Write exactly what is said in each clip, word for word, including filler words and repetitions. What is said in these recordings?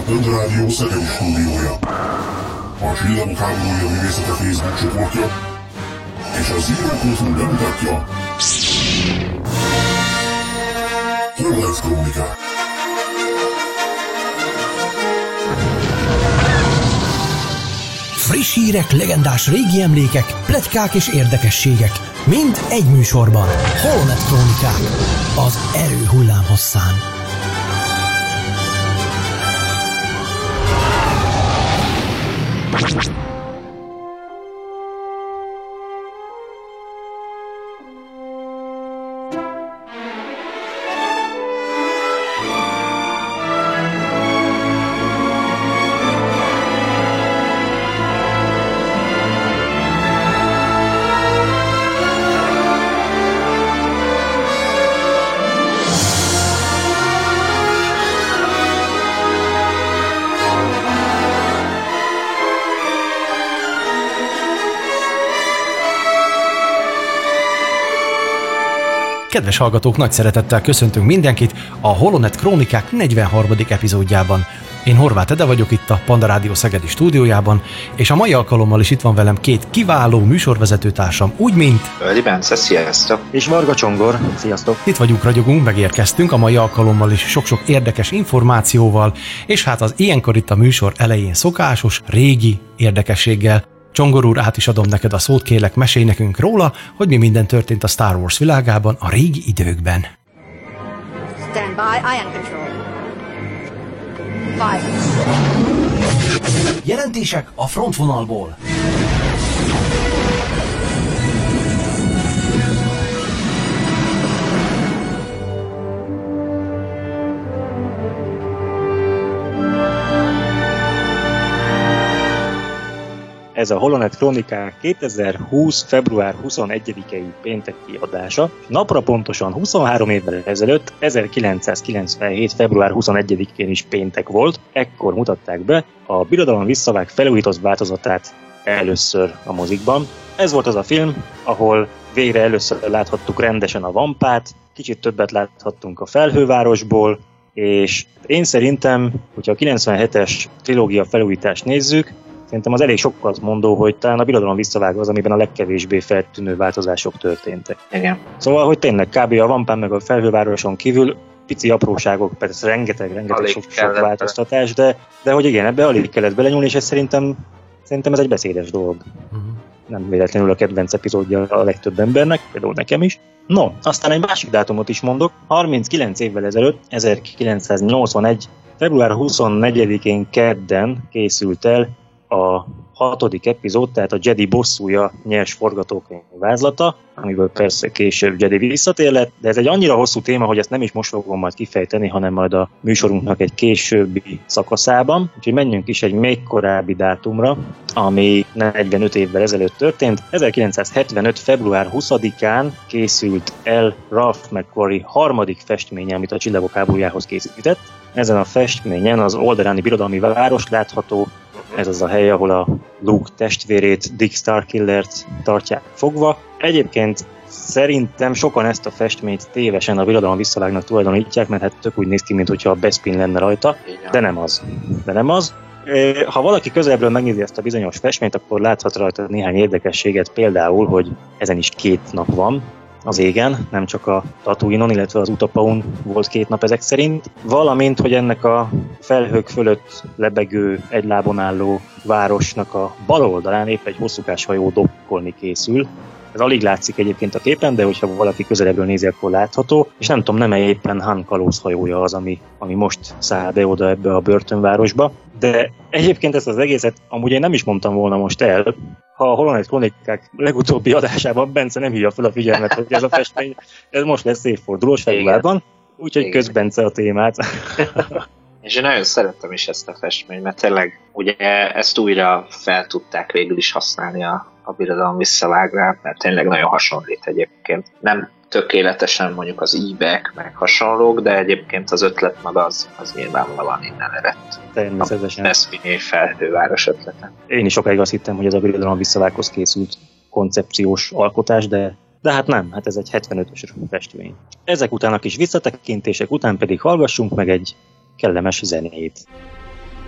Földrádió Szegedi stúdiója, a Csillagok háborúja művészete Facebook csoportja és a Zero Kultúr bemutatja Holonet Krónikák. Friss hírek, legendás régi emlékek, pletykák és érdekességek. Mind egy műsorban. Holonet Krónikák. Az erő hullámhosszán. Kedves hallgatók, nagy szeretettel köszöntünk mindenkit a Holonet Krónikák negyvenharmadik epizódjában. Én Horváth Ede vagyok itt a Panda Rádió Szegedi stúdiójában, és a mai alkalommal is itt van velem két kiváló műsorvezetőtársam, úgy mint... Öldi Bence, sziasztok! És Varga Csongor, sziasztok! Itt vagyunk, ragyogunk, megérkeztünk a mai alkalommal is sok-sok érdekes információval, és hát az ilyenkor itt a műsor elején szokásos, régi érdekességgel. Csongor úr, át is adom neked a szót, kérlek, mesélj nekünk róla, hogy mi minden történt a Star Wars világában a régi időkben. Stand by, ion control. Five. Jelentések a frontvonalból. Ez a Holonet Krónikák kétezer-húsz. február huszonegyedikei pénteki adása. Napra pontosan huszonhárom évvel ezelőtt, ezerkilencszázkilencvenhét. február huszonegyedikén is péntek volt. Ekkor mutatták be a Birodalom visszavág felújított változatát először a mozikban. Ez volt az a film, ahol végre először láthattuk rendesen a vampát, kicsit többet láthattunk a felhővárosból, és én szerintem, hogyha a kilencvenhetes trilógia felújítást nézzük, szerintem az elég sokat mondó, hogy talán a Birodalom visszavág az, amiben a legkevésbé feltűnő változások történtek. Igen. Szóval, hogy tényleg kb. A vampán meg a felhővároson kívül pici apróságok, persze rengeteg, rengeteg sok, sok változtatás, de, de hogy igen, ebbe alig kellett belenyúlni, és ez szerintem, szerintem ez egy beszédes dolog. Uh-huh. Nem véletlenül a kedvenc epizódja a legtöbb embernek, például nekem is. No, aztán egy másik dátumot is mondok. harminckilenc évvel ezelőtt, ezerkilencszáznyolcvanegy. február huszonnegyedikén kedden készült el a hatodik epizód, tehát a Jedi bosszúja nyers forgatókönyv vázlata, amiből persze később Jedi visszatér lett, de ez egy annyira hosszú téma, hogy ezt nem is most fogom majd kifejteni, hanem majd a műsorunknak egy későbbi szakaszában. Úgyhogy menjünk is egy még korábbi dátumra, ami negyvenöt évvel ezelőtt történt. ezerkilencszázhetvenöt. február huszadikán készült el Ralph McQuarrie harmadik festménye, amit a Csillagok háborújához készített. Ezen a festményen az Alderaani birodalmi város látható. Ez az a hely, ahol a Luke testvérét, Dick Starkillert tartják fogva. Egyébként szerintem sokan ezt a festményt tévesen a Birodalom visszavágnak tulajdonítják, mert hát tök úgy néz ki, mintha a Bespin lenne rajta, de nem az. De nem az. Ha valaki közelebbről megnézi ezt a bizonyos festményt, akkor láthat rajta néhány érdekességet, például, hogy ezen is két nap van az égen, nem csak a Tatooine-on, illetve az Utapaun volt két nap ezek szerint, valamint, hogy ennek a felhők fölött lebegő, egy lábon álló városnak a bal oldalán épp egy hosszúkás hajó dokkolni készül. Ez alig látszik egyébként a képen, de hogyha valaki közelebbről nézi, akkor látható, és nem tudom, nem-e éppen Han kalózhajója az, ami, ami most száll be oda ebbe a börtönvárosba. De egyébként ezt az egészet amúgy én nem is mondtam volna most el, ha a Holonet Krónikák legutóbbi adásában Bence nem hívja fel a figyelmet, hogy ez a festmény, ez most lesz évfordulós februárban, úgyhogy kösz Bence a témát. És én nagyon szerettem is ezt a festményt, mert tényleg ugye ezt újra fel tudták végül is használni a, a Birodalom visszavágra, mert tényleg nagyon hasonlít egyébként. Nem tökéletesen mondjuk az íbek, meg hasonlók, de egyébként az ötlet maga az, az nyilvánvalóan innen eredt. Természetesen. A Bespin felhőváros ötlete. Én is sokáig azt hittem, hogy ez a Birodalom visszavághoz készült koncepciós alkotás, de, de hát nem, hát ez egy hetvenötös festmény. Ezek után a kis visszatekintések után pedig hallgassunk meg egy kellemes zenét.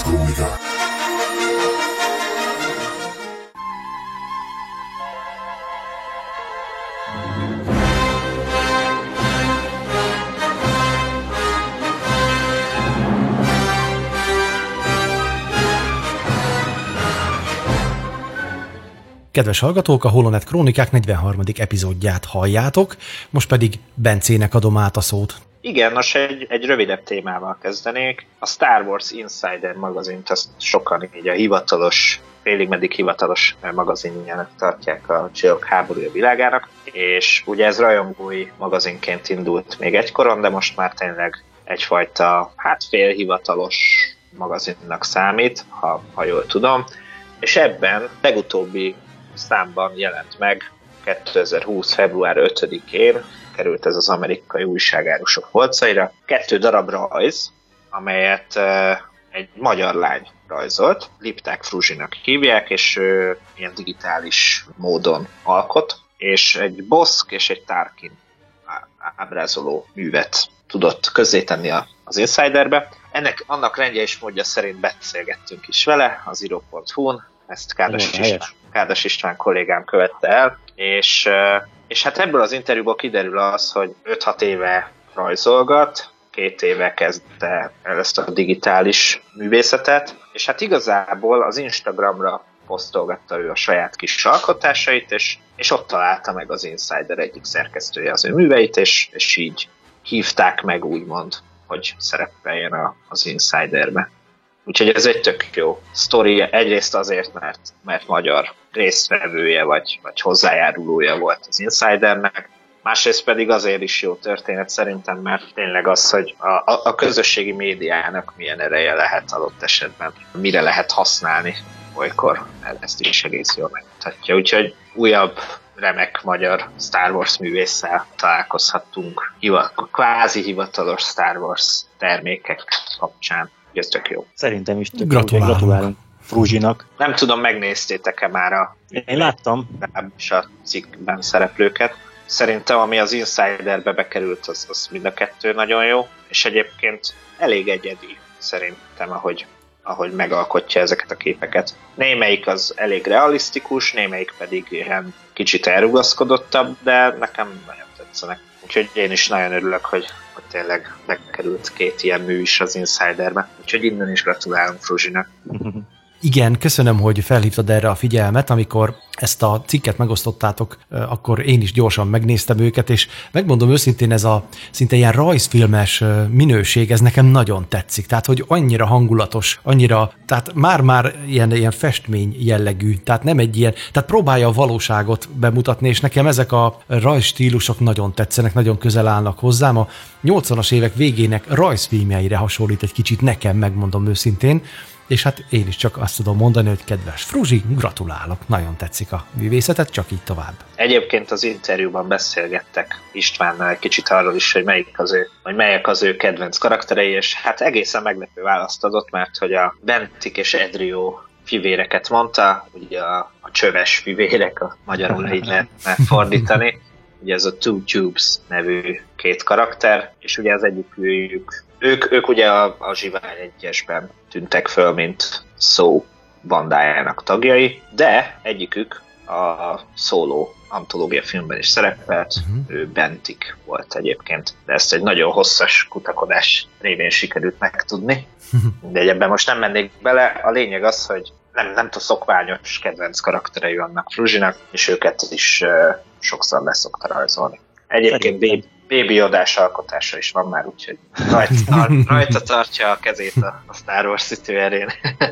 Krónikák. Kedves hallgatók, a Holonet Krónikák negyvenharmadik epizódját halljátok, most pedig Bencének adom át a szót. Igen, most egy, egy rövidebb témával kezdenék. A Star Wars Insider magazint, azt sokan így a hivatalos, félig meddig hivatalos magazinjának tartják a Csillagok háborúja világának, és ugye ez rajongói magazinként indult még egykoron, de most már tényleg egyfajta, hát félhivatalos magazinnak számít, ha, ha jól tudom, és ebben legutóbbi számban jelent meg kétezer-húsz. február ötödikén, került ez az amerikai újságárusok polcaira, kettő darab rajz, amelyet uh, egy magyar lány rajzolt, Lipták Fruzsinak hívják, és uh, ilyen digitális módon alkot, és egy Bosk és egy Tarkin ábrázoló művet tudott közzétenni az Insiderbe. Ennek annak rendje és módja szerint beszélgettünk is vele az író pont hu-n, ezt Kádas István, Kádas István kollégám követte el, és, és hát ebből az interjúból kiderül az, hogy öt-hat éve rajzolgat, két éve kezdte el ezt a digitális művészetet, és hát igazából az Instagramra posztolgatta ő a saját kis alkotásait, és, és ott találta meg az Insider egyik szerkesztője az ő műveit, és, és így hívták meg, úgymond, hogy szerepeljen a, az Insiderbe. Úgyhogy ez egy tök jó sztori, egyrészt azért, mert, mert magyar résztvevője vagy, vagy hozzájárulója volt az Insidernek, másrészt pedig azért is jó történet szerintem, mert tényleg az, hogy a, a, a közösségi médiának milyen ereje lehet adott esetben, mire lehet használni olykor, ezt is egész jól megmutatja. Úgyhogy újabb remek magyar Star Wars művésszel találkozhattunk, kvázi hivatalos Star Wars termékek kapcsán. Ez tök jó. Szerintem is tök gratulálunk. Gratulálunk Fruzsinak. Nem tudom, megnéztétek-e már a... Én láttam. És a cikkben szereplőket. Szerintem, ami az Insiderbe bekerült, az, az mind a kettő nagyon jó, és egyébként elég egyedi szerintem, ahogy, ahogy megalkotja ezeket a képeket. Némelyik az elég realisztikus, némelyik pedig ilyen kicsit elrugaszkodottabb, de nekem nagyon tetszenek. Úgyhogy én is nagyon örülök, hogy, hogy tényleg bekerült két ilyen mű is az Insiderbe. Úgyhogy innen is gratulálunk Fruzsinak. Igen, köszönöm, hogy felhívtad erre a figyelmet. Amikor ezt a cikket megosztottátok, akkor én is gyorsan megnéztem őket, és megmondom őszintén, ez a szinte ilyen rajzfilmes minőség, ez nekem nagyon tetszik. Tehát, hogy annyira hangulatos, annyira, tehát már-már ilyen, ilyen festmény jellegű, tehát nem egy ilyen, tehát próbálja a valóságot bemutatni, és nekem ezek a rajzstílusok nagyon tetszenek, nagyon közel állnak hozzám. A nyolcvanas évek végének rajzfilmjeire hasonlít egy kicsit nekem, megmondom őszintén. És hát én is csak azt tudom mondani, hogy kedves Fruzsi, gratulálok, nagyon tetszik a művészetet, csak így tovább. Egyébként az interjúban beszélgettek Istvánnal egy kicsit arról is, hogy melyik az ő, vagy melyek az ő kedvenc karakterei, és hát egészen meglepő választ adott, mert hogy a Bentik és Edrio fivéreket mondta, ugye a, a csöves fivérek, a magyarul így lehetne fordítani, ugye ez a Two Tubes nevű két karakter, és ugye az egyik őjük, ők, ők ugye a, a Zsivány egyesben tűntek föl, mint Szó bandájának tagjai, de egyikük a Solo antológia filmben is szerepelt, uh-huh. ő Bentik volt egyébként, de ezt egy nagyon hosszas kutakodás révén sikerült megtudni, uh-huh. de ebben most nem mennék bele. A lényeg az, hogy nem, nem tudom, szokványos kedvenc karakterei vannak Fruzsinak, és őket is uh, sokszor leszokta rajzolni. Egyébként Baby Yodás alkotása is van már, úgyhogy rajta, rajta tartja a kezét a, a Star Wars szitőerén.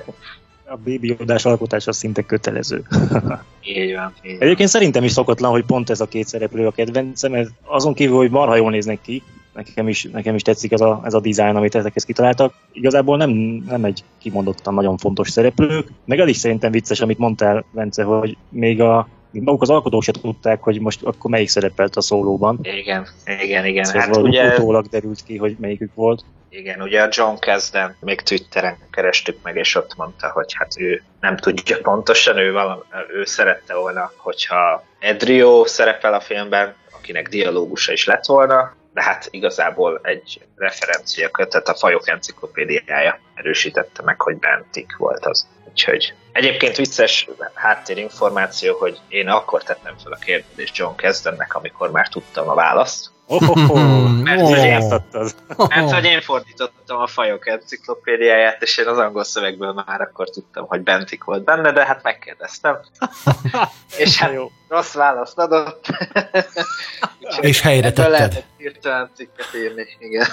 A Baby Yodás alkotása szinte kötelező. Így van. Így Egyébként van. Szerintem is szokatlan, hogy pont ez a két szereplő a kedvencem, mert azon kívül, hogy marha jól néznek ki, nekem is, nekem is tetszik ez a, ez a dizájn, amit ezekhez kitaláltak. Igazából nem, nem egy kimondottan nagyon fontos szereplők, meg el is szerintem vicces, amit mondtál, Bence, hogy még a maguk az alkotók se tudták, hogy most akkor melyik szerepelt a szólóban. Igen, igen, igen. Szóval hát ugye utólag derült ki, hogy melyikük volt. Igen, ugye a John Kasdan még Twitteren kerestük meg, és ott mondta, hogy hát ő nem tudja pontosan, ő, valami, ő szerette volna, hogyha Edrio szerepel a filmben, akinek dialógusa is lett volna, de hát igazából egy referencia kötet, a Fajok enciklopédiája erősítette meg, hogy Bentik volt az. Úgyhogy egyébként vicces háttérinformáció, hogy én akkor tettem fel a kérdést John Kasdannek, amikor már tudtam a választ. Oh, oh, oh. Mert, oh. hogy én, mert hogy én fordítottam a Fajok enciklopédiáját, és én az angol szövegből már akkor tudtam, hogy Bentik volt benne, de hát megkérdeztem. És hát jó. Rossz választ adott. És helyre tetted. Lehetett hirtelen cikket írni, igen.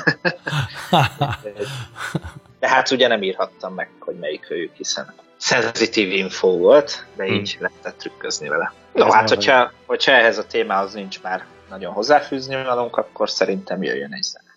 De hát ugye nem írhattam meg, hogy melyik őjük, hiszen sensitive info volt, de így hmm. lehetett trükközni vele. No, hát hogyha, hogyha ehhez a témához nincs már nagyon hozzáfűzni valónk, akkor szerintem jöjjön egy zene.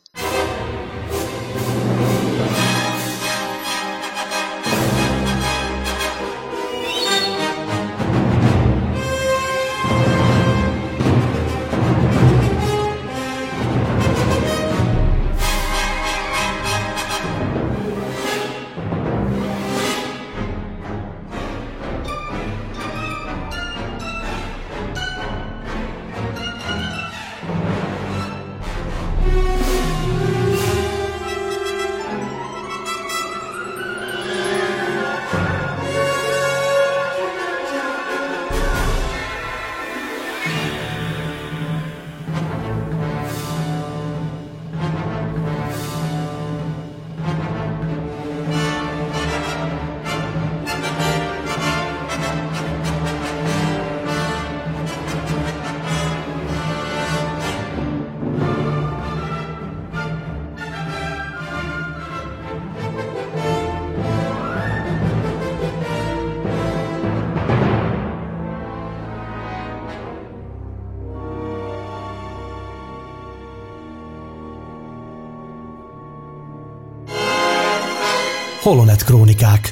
Holonet Krónikák.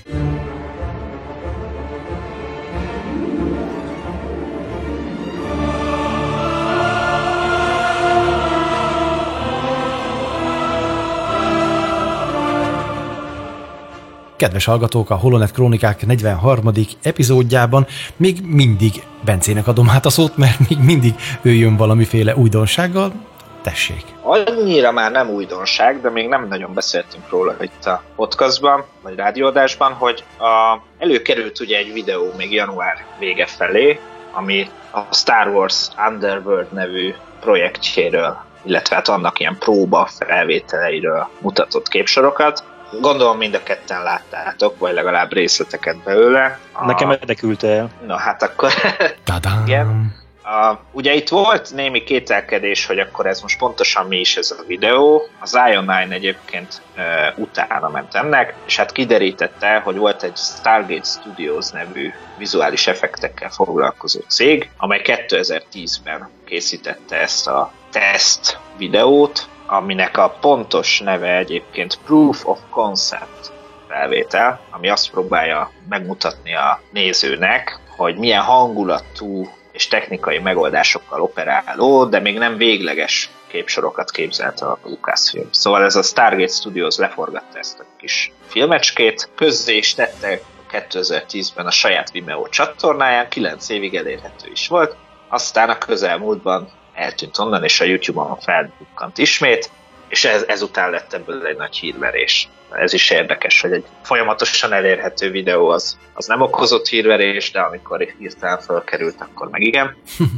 Kedves hallgatók, a Holonet Krónikák negyvenharmadik epizódjában még mindig Bencének adom át a szót, mert még mindig ő jön valamiféle újdonsággal. Tessék. Annyira már nem újdonság, de még nem nagyon beszéltünk róla itt a podcastban, vagy rádióadásban, hogy a, előkerült ugye egy videó még január vége felé, ami a Star Wars Underworld nevű projektjéről, illetve hát annak ilyen próba felvételeiről mutatott képsorokat. Gondolom mind a ketten láttátok, vagy legalább részleteket belőle. Nekem érdekült el. Na hát akkor... Igen. Uh, ugye itt volt némi kételkedés, hogy akkor ez most pontosan mi is ez a videó. Az Ion kilenc egyébként uh, utána ment ennek, és hát kiderítette, hogy volt egy Stargate Studios nevű vizuális effektekkel foglalkozó cég, amely kétezer-tízben készítette ezt a teszt videót, aminek a pontos neve egyébként Proof of Concept felvétel, ami azt próbálja megmutatni a nézőnek, hogy milyen hangulatú és technikai megoldásokkal operáló, de még nem végleges képsorokat képzelt a Lucasfilm. Szóval ez a Stargate Studios leforgatta ezt a kis filmecskét, közzé is tette kétezer-tízben a saját Vimeo csatornáján, kilenc évig elérhető is volt, aztán a közelmúltban eltűnt onnan, és a YouTube-on felbukkant ismét, és ez, ezután lett ebből egy nagy hírverés. Ez is érdekes, hogy egy folyamatosan elérhető videó az, az nem okozott hírverés, de amikor hirtelen felkerült, akkor meg igen.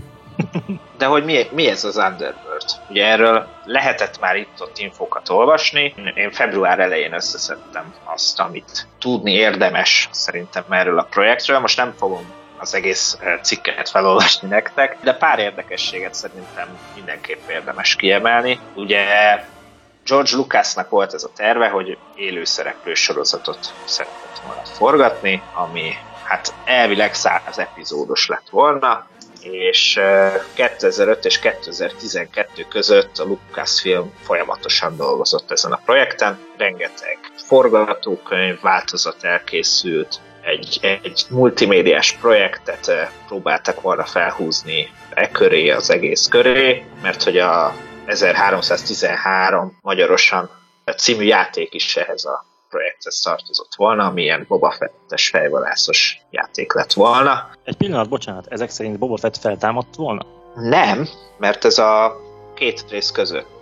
De hogy mi, mi ez az Underworld? Ugye erről lehetett már itt-ott infókat olvasni. Én február elején összeszedtem azt, amit tudni érdemes szerintem erről a projektről. Most nem fogom az egész cikket felolvasni nektek, de pár érdekességet szerintem mindenképp érdemes kiemelni. Ugye George Lucasnak volt ez a terve, hogy élőszereplő sorozatot szeretett volna forgatni, ami hát elvileg száz epizódos lett volna, és kétezer-öt és kétezer-tizenkettő között a Lucasfilm folyamatosan dolgozott ezen a projekten. Rengeteg forgatókönyv, változat elkészült, egy, egy multimédiás projektet próbáltak volna felhúzni e köré, az egész köré, mert hogy a ezerháromszáztizenhárom magyarosan című játék is ehhez a projekthez tartozott volna, ami ilyen Boba Fett-es fejvadászos játék lett volna. Egy pillanat, bocsánat, ezek szerint Boba Fett feltámadt volna? Nem, mert ez a két rész között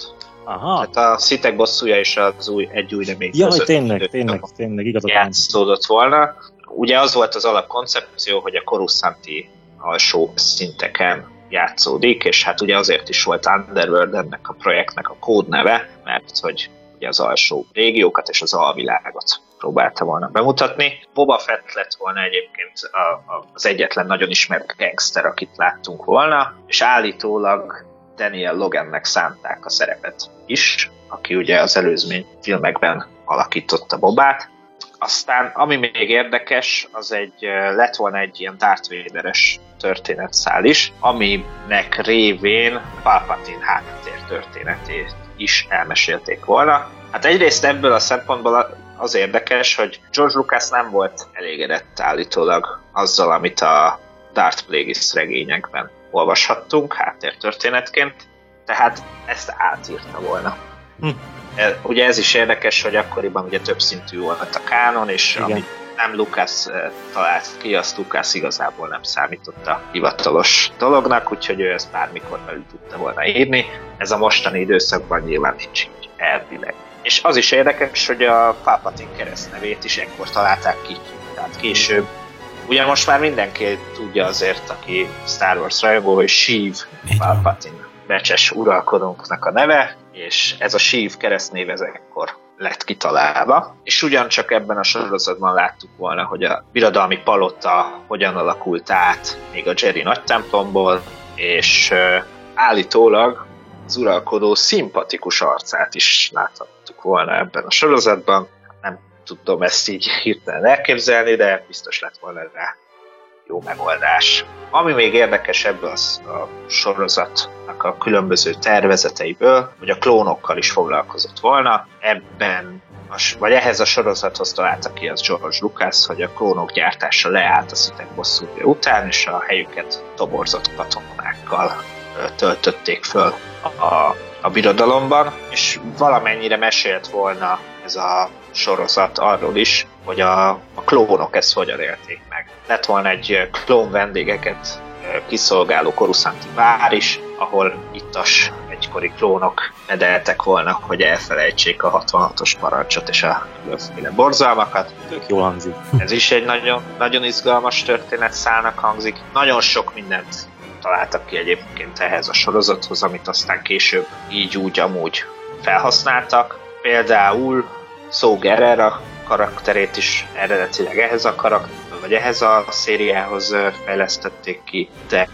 Aha. Tehát a Sithek bosszúja és az új, egy új remény ja, között tényleg, tényleg, tényleg, igazad játszódott volna. Ugye az volt az alapkoncepció, hogy a Coruscanti alsó szinteken játszódik, és hát ugye azért is volt Underworld ennek a projektnek a kódneve, mert hogy ugye az alsó régiókat és az alvilágot próbálta volna bemutatni. Boba Fett lett volna egyébként a, a, az egyetlen nagyon ismert gangster, akit láttunk volna, és állítólag Daniel Logannek szánták a szerepet is, aki ugye az előzmény filmekben alakította Bobát. Aztán, ami még érdekes, az egy, lett volna egy ilyen Darth Vader-es történetszál is, aminek révén Palpatine háttér történetét is elmesélték volna. Hát egyrészt ebből a szempontból az érdekes, hogy George Lucas nem volt elégedett állítólag azzal, amit a Darth Plagueis regényekben olvashattunk háttértörténetként, tehát ezt átírta volna. Hm. Ugye ez is érdekes, hogy akkoriban ugye többszintű volt a kánon, és igen, amit nem Lucas talált ki, azt Lucas igazából nem számította hivatalos dolognak, úgyhogy ő ezt bármikor belül tudta volna írni. Ez a mostani időszakban nyilván nincs így elvileg. És az is érdekes, hogy a Palpatine keresztnevét is ekkor találták ki, tehát később. Ugye most már mindenki tudja azért, aki Star Wars rajongó, hogy Sheev Palpatine becses uralkodónknak a neve, és ez a Sheev keresztnév ekkor lett kitalálva. És ugyancsak ebben a sorozatban láttuk volna, hogy a birodalmi palota hogyan alakult át még a Jedi nagy templomból, és uh, állítólag az uralkodó szimpatikus arcát is láthattuk volna ebben a sorozatban. Nem tudom ezt így hirtelen elképzelni, de biztos lett volna rá jó megoldás. Ami még érdekes ebből a sorozatnak a különböző tervezeteiből, hogy a klónokkal is foglalkozott volna. Ebben, vagy ehhez a sorozathoz találta ki az George Lucas, hogy a klónok gyártása leállt a Sithek bosszúja után, és a helyüket toborzott katonákkal töltötték föl a, a birodalomban, és valamennyire mesélt volna ez a sorozat arról is, hogy a, a klónok ezt hogyan élték meg. Lett volna egy klón vendégeket kiszolgáló Coruscanti vár is, ahol ittas egykori klónok medeltek volna, hogy elfelejtsék a hatvanhatos parancsot és a különféle borzalmakat. Tök jól hangzik. Ez is egy nagyon, nagyon izgalmas történetszálnak hangzik. Nagyon sok mindent találtak ki egyébként ehhez a sorozathoz, amit aztán később így úgy amúgy felhasználtak. Például Saw Gerrera karakterét is eredetileg ehhez a karakter, vagy ehhez a szériához fejlesztették ki, de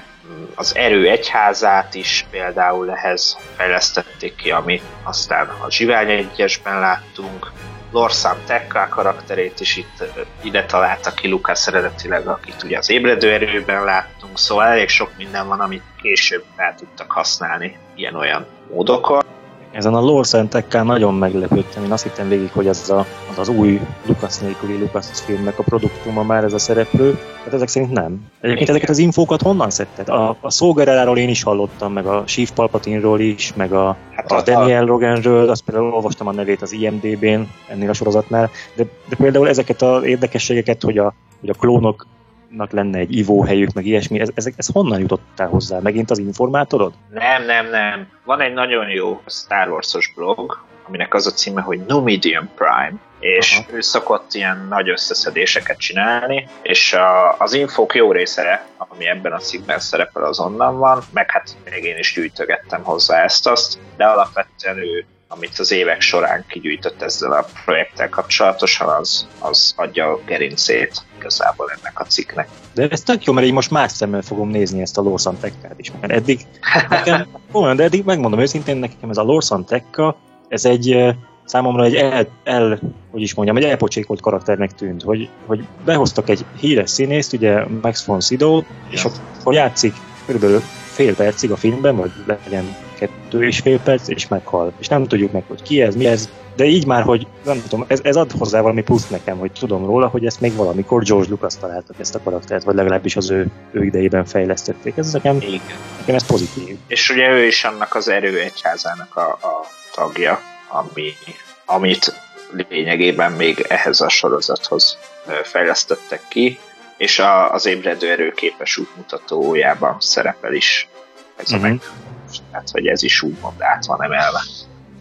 az Erő egyházát is például ehhez fejlesztették ki, amit aztán a Zsivány egyesben láttunk. Lorsan Tekka karakterét is itt, ide találta ki Lucas eredetileg, akit ugye az Ébredő Erőben láttunk, szóval elég sok minden van, amit később fel tudtak használni ilyen-olyan módokon. Ezen a Lorsan Tekkán nagyon meglepődtem, én azt hittem végig, hogy ez a, az, az új Lucas nélküli Lucas filmnek a produktuma már ez a szereplő, hát ezek szerint nem. Egyébként ezeket az infókat honnan szedted? A, a Saw Gerreráról én is hallottam, meg a Sheev Palpatine-ról is, meg a, hát a, a Daniel Loganről, azt például olvastam a nevét az I M D B-n ennél a sorozatnál, de, de például ezeket az érdekességeket, hogy a, hogy a klónok lenne egy ivóhelyük, meg ilyesmi, ez, ez, ez honnan jutottál hozzá? Megint az informátorod? Nem, nem, nem. Van egy nagyon jó Star Wars-os blog, aminek az a címe, hogy Numidian Prime, és aha, ő szokott ilyen nagy összeszedéseket csinálni, és a, az infók jó része, ami ebben a cikkben szerepel, az onnan van, meg hát még én is gyűjtögettem hozzá ezt-azt, de alapvetően ő, amit az évek során kigyűjtött ezzel a projekttel kapcsolatosan, az, az adja a gerincét igazából ennek a cikknek. De ez tök jó, mert így most más szemmel fogom nézni ezt a Lorsan Tekkát is, mert eddig nekem, olyan, de eddig megmondom őszintén, nekem ez a Lorsan Tekka, ez egy számomra egy el, el, hogy is mondjam, egy elpocsékolt karakternek tűnt, hogy, hogy behoztak egy híres színészt, ugye Max von Sydow, és akkor játszik körülbelül fél percig a filmben, vagy legyen kettő és fél perc, és meghal. És nem tudjuk meg, hogy ki ez, mi ez, de így már, hogy nem tudom, ez, ez ad hozzá valami plusz nekem, hogy tudom róla, hogy ezt még valamikor George Lucas találtak ezt a karaktert, vagy legalábbis az ő, ő idejében fejlesztették. Ez nekem, nekem ez pozitív. És ugye ő is annak az Erő egyházának a, a tagja, ami, amit lényegében még ehhez a sorozathoz fejlesztettek ki, és a, az Ébredő Erő képes útmutatójában szerepel is ez a uh-huh. meg. Tehát, hogy ez is úgymond át van emelve.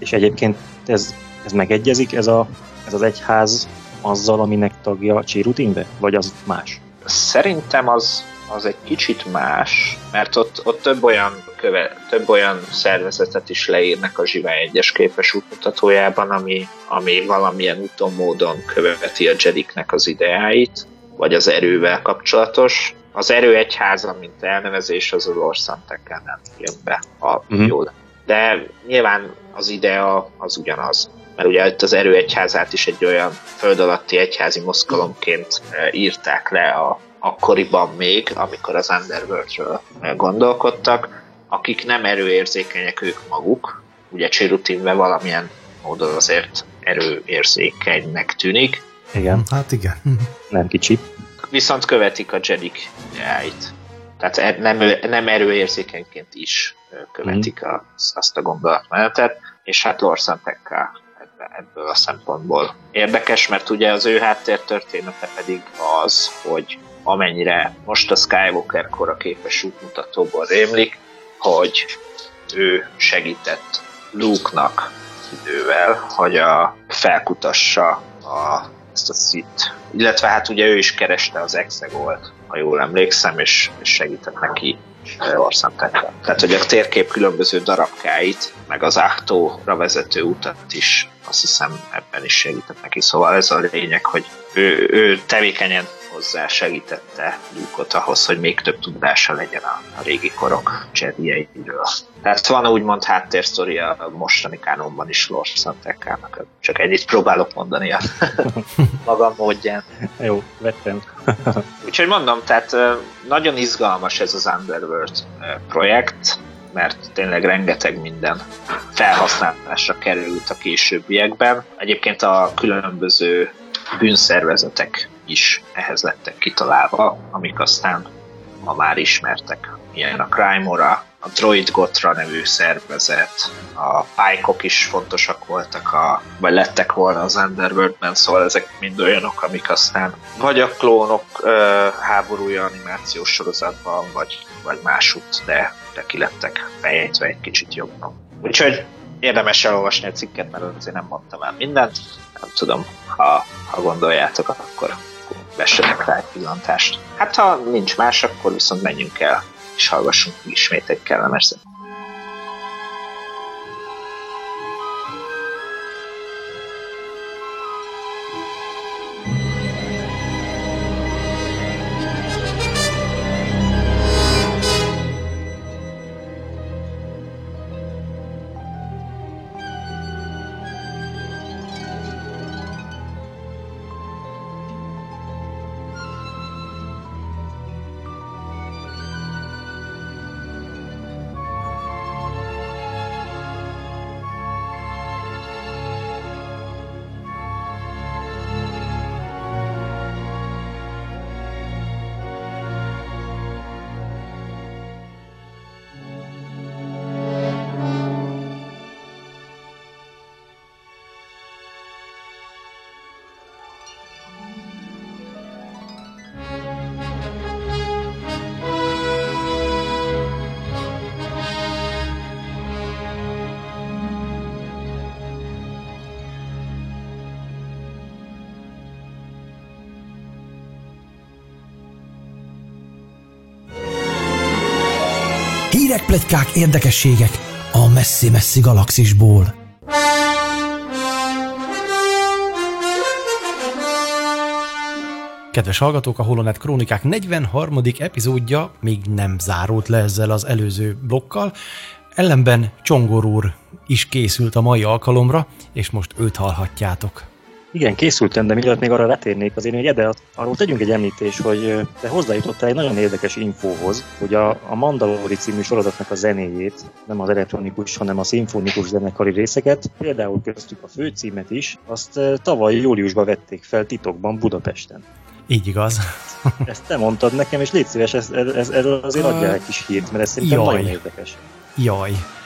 És egyébként ez, ez megegyezik, ez, a, ez az egyház azzal, aminek tagja Chirutinbe? Vagy az más? Szerintem az, az egy kicsit más, mert ott, ott több, olyan köve, több olyan szervezetet is leírnak a Zsivány egyes képes útmutatójában, ami, ami valamilyen úton, módon követi a Jediknek az ideáit, vagy az erővel kapcsolatos. Az erő egyháza, mint elnevezés, az az Orszantekkel nem jön be, ha mm-hmm. jól. De nyilván az idea az ugyanaz. Mert ugye itt az erő egyházát is egy olyan föld alatti egyházi mozgalomként írták le a, akkoriban még, amikor az Underworldről gondolkodtak, akik nem erőérzékenyek ők maguk. Ugye Chirutinben valamilyen módon azért erőérzékenynek tűnik. Igen. Hát igen. Nem kicsi. Viszont követik a Jedik ideáit. Tehát nem, nem erőérzékenyként is követik a, azt a gondolatmenetet, és hát Lorsantekkel ebből a szempontból érdekes, mert ugye az ő háttértörténete pedig az, hogy amennyire most a Skywalker kora képes útmutatóból rémlik, hogy ő segített Luke-nak idővel, hogy a, felkutassa a, ezt a Sith. Illetve hát ugye ő is kereste az Exegolt, ha jól emlékszem, és, és segített neki Orszantekkel. Tehát, hogy a térkép különböző darabkáit, meg az Ahtóra vezető utat is, azt hiszem ebben is segített neki. Szóval ez a lényeg, hogy ő, ő tevékenyen hozzá segítette Luke-ot ahhoz, hogy még több tudása legyen a, a régi korok Jedieiről. Tehát van úgymond háttérsztori a mostani kánonban is Lorsantekkelnek. Csak ennyit próbálok mondani a magam módján. Jó, vettem. Úgyhogy mondom, tehát nagyon izgalmas ez az Underworld projekt, mert tényleg rengeteg minden felhasználásra került a későbbiekben. Egyébként a különböző bűnszervezetek is ehhez lettek kitalálva, amik aztán ma már ismertek. Ilyen a Crymora, a Droid Gotra nevű szervezet, a Pike-ok is fontosak voltak, a, vagy lettek volna az Underworldben, szóval ezek mind olyanok, amik aztán vagy a klónok ö, háborúja animációs sorozatban, vagy, vagy másút, de, de ki lettek fejtve egy kicsit jobban. Úgyhogy érdemes elolvasni a cikket, mert azért nem mondtam el mindent. Nem tudom, ha, ha gondoljátok, akkor vessetek rá egy pillantást. Hát ha nincs más, akkor viszont menjünk el, és hallgassunk ismét egy kellemes zenét. Hírek, pletykák, érdekességek a messzi-messzi galaxisból. Kedves hallgatók, a Holonet Krónikák negyvenharmadik epizódja még nem zárult le ezzel az előző blokkal, ellenben Csongor úr is készült a mai alkalomra, és most őt hallhatjátok. Igen, készültem, de mielőtt még arra letérnék, azért még Ede, arról tegyünk egy említés, hogy te hozzájutottál egy nagyon érdekes infóhoz, hogy a, a Mandalori című sorozatnak a zenéjét, nem az elektronikus, hanem a szimfonikus zenekari részeket, például köztük a főcímet is, azt tavaly júliusban vették fel titokban Budapesten. Így igaz. Ezt te mondtad nekem, és légy szíves, ez, ez, erről azért adjál egy kis hírt, mert ez szerintem Jaj. nagyon érdekes. Jaj.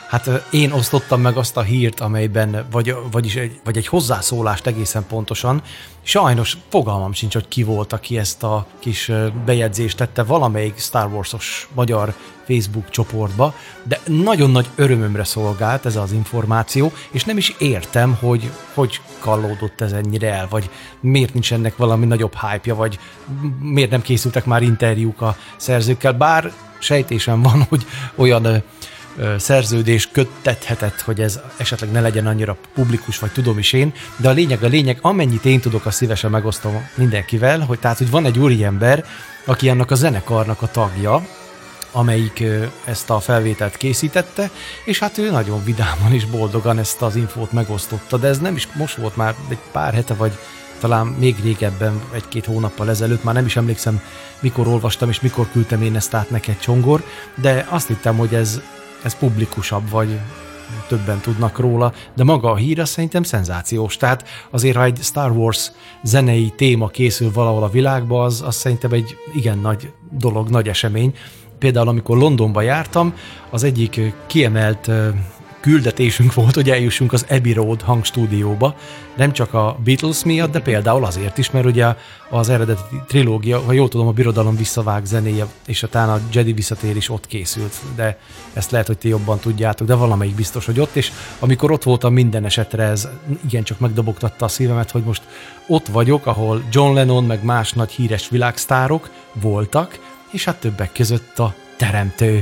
Hát én osztottam meg azt a hírt, amelyben, vagy, vagyis egy, vagy egy hozzászólást egészen pontosan. Sajnos fogalmam sincs, hogy ki volt, aki ezt a kis bejegyzést tette valamelyik Star Wars-os magyar Facebook csoportba, de nagyon nagy örömömre szolgált ez az információ, és nem is értem, hogy hogy kallódott ez ennyire el, vagy miért nincs ennek valami nagyobb hype-ja, vagy miért nem készültek már interjúk a szerzőkkel, bár sejtésem van, hogy olyan szerződés köttethetett, hogy ez esetleg ne legyen annyira publikus, vagy tudom is én, de a lényeg a lényeg, amennyit én tudok, azt szívesen megosztom mindenkivel, hogy tehát, hogy van egy úriember, aki annak a zenekarnak a tagja, amelyik ezt a felvételt készítette, és hát ő nagyon vidáman és boldogan ezt az infót megosztotta, de ez nem is most volt, már egy pár hete, vagy talán még régebben, egy-két hónappal ezelőtt, már nem is emlékszem, mikor olvastam, és mikor küldtem én ezt át neked, Csongor, de azt hittem, hogy ez ez publikusabb, vagy többen tudnak róla, de maga a hír az szerintem szenzációs. Tehát azért, ha egy Star Wars zenei téma készül valahol a világba, az, az szerintem egy igen nagy dolog, nagy esemény. Például amikor Londonba jártam, az egyik kiemelt küldetésünk volt, hogy eljussunk az Abbey Road hangstúdióba, nem csak a Beatles miatt, de például azért is, mert ugye az eredeti trilógia, ha jól tudom, a Birodalom visszavág zenéje, és utána a Jedi visszatér is ott készült, de ezt lehet, hogy ti jobban tudjátok, de valamelyik biztos, hogy ott, és amikor ott voltam, minden esetre ez igencsak megdobogtatta a szívemet, hogy most ott vagyok, ahol John Lennon meg más nagy híres világsztárok voltak, és hát többek között a teremtő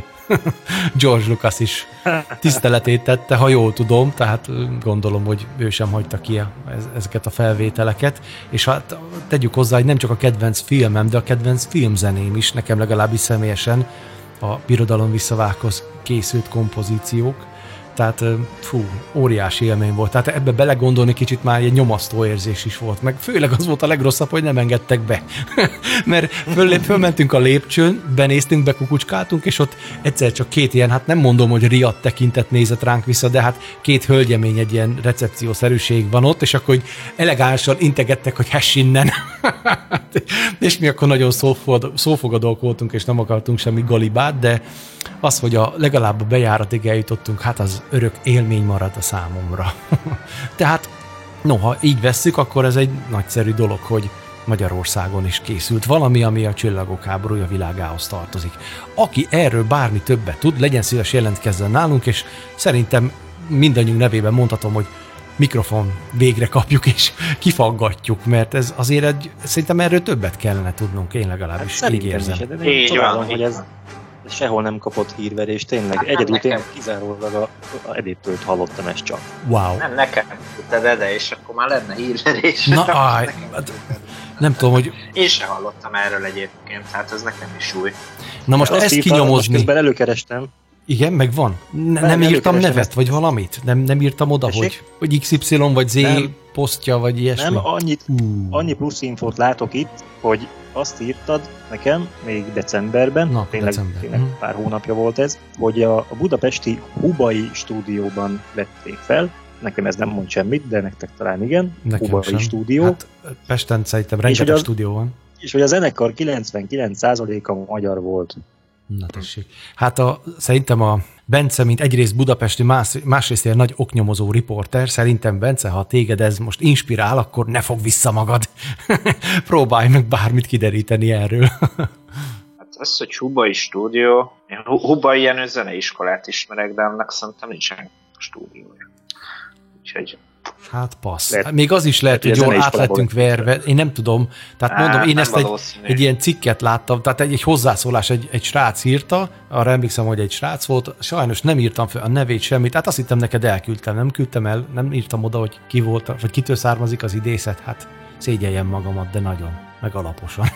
George Lucas is tiszteletét tette, ha jól tudom, tehát gondolom, hogy ő sem hagyta ki ezeket a felvételeket, és hát tegyük hozzá, hogy nem csak a kedvenc filmem, de a kedvenc filmzeném is, nekem legalábbis személyesen a Birodalom visszavághoz készült kompozíciók, tehát fú, óriási élmény volt. Tehát ebbe belegondolni kicsit már egy nyomasztó érzés is volt. Meg főleg az volt a legrosszabb, hogy nem engedtek be. Mert föl, fölmentünk a lépcsőn, benéztünk, bekukucskáltunk, és ott egyszer csak két ilyen, hát nem mondom, hogy riadt tekintet nézett ránk vissza, de hát két hölgyemény, egy ilyen recepciószerűség van ott, és akkor elegánsan integettek, hogy hess innen. És mi akkor nagyon szófogadók voltunk, és nem akartunk semmi galibát, de az, hogy a, legalább a bejáratig eljutottunk, hát az örök élmény marad a számomra. Tehát, noha így vesszük, akkor ez egy nagyszerű dolog, hogy Magyarországon is készült valami, ami a Csillagok háborúja világához tartozik. Aki erről bármi többet tud, legyen szíves, jelentkezzen nálunk, és szerintem mindannyiunk nevében mondhatom, hogy mikrofon végre kapjuk és kifaggatjuk, mert ez azért egy, szerintem erről többet kellene tudnunk, én legalábbis hát így érzem. Is, de én csodálom, hogy ez sehol nem kapott hírverést, tényleg hát egyedül tényleg kizárólag a, a Edéptől hallottam ezt csak. Wow. Nem nekem, te Ede, és akkor már lenne hírverés. Na, áj, nem tudom, hogy... Én sem hallottam erről egyébként, hát ez nekem is új. Na most ezt kinyomozni... Közben előkerestem. Igen, meg van. Ne, nem írtam nevet, ezt. Vagy valamit? Nem, nem írtam oda, hogy, hogy iksz ipszilon, vagy Z nem. posztja, vagy ilyesmi? Nem, annyit, uh. annyi plusz infót látok itt, hogy azt írtad nekem még decemberben, Na, tényleg, december. tényleg hmm. pár hónapja volt ez, hogy a, a budapesti Hubai stúdióban vették fel. Nekem ez nem mond semmit, de nektek talán igen. Nekem Hubai sem. stúdió. Hát Pesten szerintem rengeteg stúdió van. És hogy a zenekar kilencvenkilenc százaléka magyar volt. Na tessék. Hát a, szerintem a Bence, mint egyrészt budapesti, más, másrészt egy nagy oknyomozó riporter, szerintem Bence, ha téged ez most inspirál, akkor ne fogd vissza magad. Próbálj meg bármit kideríteni erről. Hát az, hogy Hubai stúdió, én Hubai ilyen zeneiskolát ismerek, de annak szerintem nincsen stúdiója. Úgyhogy... Hát passz. Lehet, Még az is lehet, hogy jól át lettünk verve. Én nem tudom. Tehát mondom, Á, én ezt egy, egy ilyen cikket láttam, tehát egy, egy hozzászólás, egy, egy srác írta, arra emlékszem, hogy egy srác volt, sajnos nem írtam fel a nevét, semmit, hát azt hittem neked elküldtem, nem küldtem el, nem írtam oda, hogy ki volt, vagy kitől származik az idézet, hát szégyeljem magamat, de nagyon, meg alaposan.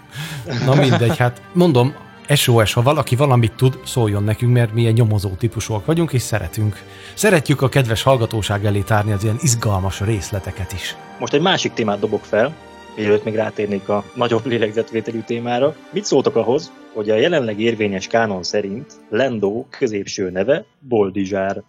Na mindegy, hát mondom, es o es, ha valaki valamit tud, szóljon nekünk, mert mi ilyen nyomozó típusúak vagyunk, és szeretünk. Szeretjük a kedves hallgatóság elé tárni az ilyen izgalmas részleteket is. Most egy másik témát dobok fel, mielőtt még rátérnék a nagyobb lélegzetvételű témára. Mit szóltok ahhoz, hogy a jelenleg érvényes kánon szerint Lando középső neve Boldizsár?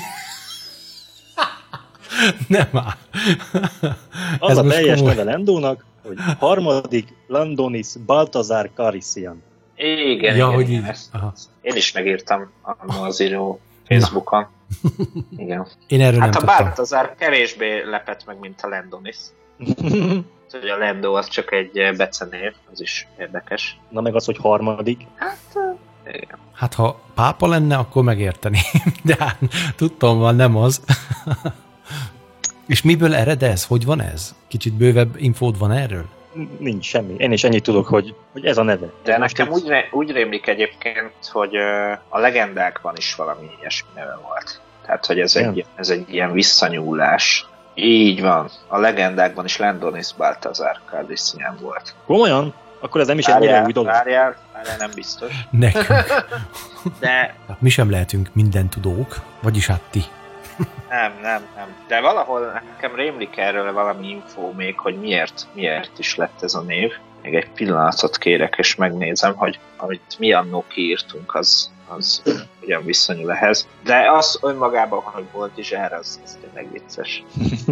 Nem áll. Az Ez a teljes komoly. Neve Landónak, hogy harmadik Landonis Baltazar Carissian. Igen, ja, igen, hogy igen. Ezt, én is megírtam az író Facebookon. Igen. Én erről hát nem a tudtam. Baltazar kevésbé lepett meg, mint a Landonis. Hogy a Lando az csak egy becenév, az is érdekes. Na meg az, hogy harmadik. Hát, igen. Hát ha pápa lenne, akkor megérteni. De hát tudtam, van, nem az. És miből ered ez? Hogy van ez? Kicsit bővebb infód van erről? Nincs semmi. Én is ennyit tudok, hogy, hogy ez a neve. De most nekem egy... úgy, ré, úgy rémlik egyébként, hogy a legendákban is valami ilyesmi neve volt. Tehát, hogy ez egy, ez egy ilyen visszanyúlás. Így van. A legendákban is Landonis Baltazar Calrissian volt. Komolyan? Akkor ez nem is ennyire új dolog. Várjál, várjál, nem biztos. Nekünk. De... Hát mi sem lehetünk mindentudók, vagyis hát ti. Nem, nem, nem. De valahol nekem rémlik erről valami infó még, hogy miért, miért is lett ez a név. Még egy pillanatot kérek, és megnézem, hogy amit mi annó kiírtunk, az, az ugyan viszonyul ehhez. De az önmagában, hogy Boldizsár, az, az tényleg vicces.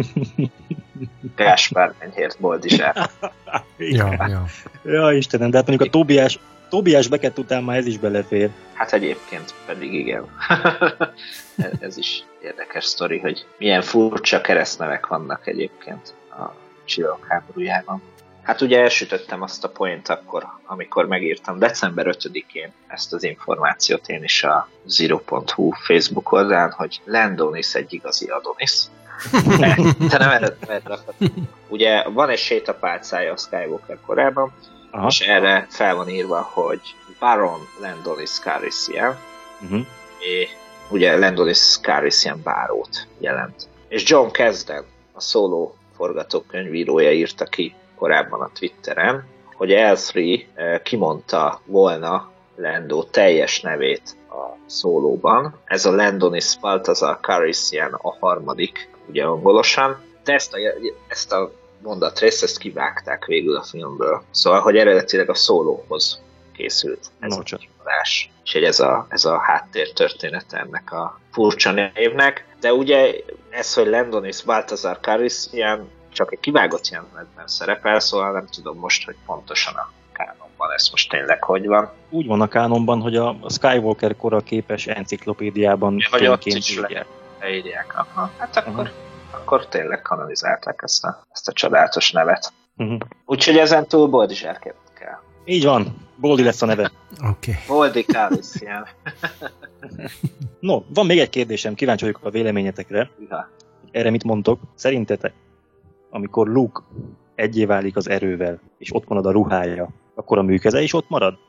Gáspár Enyhért Boldizsár. Ja, ja. Ja, Istenem, de hát mondjuk a Tóbiás, Tóbiás Beckett után már ez is belefér. Hát egyébként pedig igen. Ez is érdekes sztori, hogy milyen furcsa keresztnevek vannak egyébként a Csillagok háborújában. Hát ugye elsütöttem azt a point akkor, amikor megírtam december ötödikén ezt az információt én is a zero pont hu Facebook oldalán, hogy Landonis egy igazi Adonis. De, de nem erre, erre ugye van egy sétapálcája a Skywalker korában, aha, és erre fel van írva, hogy Baron Landonis Calrissian, uh-huh. és ugye Landonis Calrissian bárót jelent. És John Kasdan, a szóló forgatókönyvírója írta ki korábban a Twitteren, hogy el három kimondta volna Lando teljes nevét a szólóban. Ez a Landonis Baltazar Calrissian a harmadik, ugye angolosan, de ezt a, ezt a mondatrészt, ezt kivágták végül a filmből. Szóval, hogy eredetileg a szólóhoz készült ez no, a kiadás. És ez a, ez a háttér története ennek a furcsa névnek. De ugye ez, hogy Landonis Baltazar Calrissian csak egy kivágott jelenetben szerepel, szóval nem tudom most, hogy pontosan a kánonban ez most tényleg hogy van. Úgy van a kánonban, hogy a Skywalker kora képes enciklopédiában ja, hogy ott is leírják. Aha, hát akkor, uh-huh. akkor tényleg kanonizálták ezt a, ezt a csodálatos nevet. Uh-huh. Úgyhogy ezen túl Boldizsár kell. Így van, Boldi lesz a neve. Oké. Okay. Boldi Calrissian. No, van még egy kérdésem, kíváncsi vagyok a véleményetekre. Ja. Erre mit mondtok? Szerintetek, amikor Luke egyé válik az erővel, és ott marad a ruhája, akkor a műkeze is ott marad?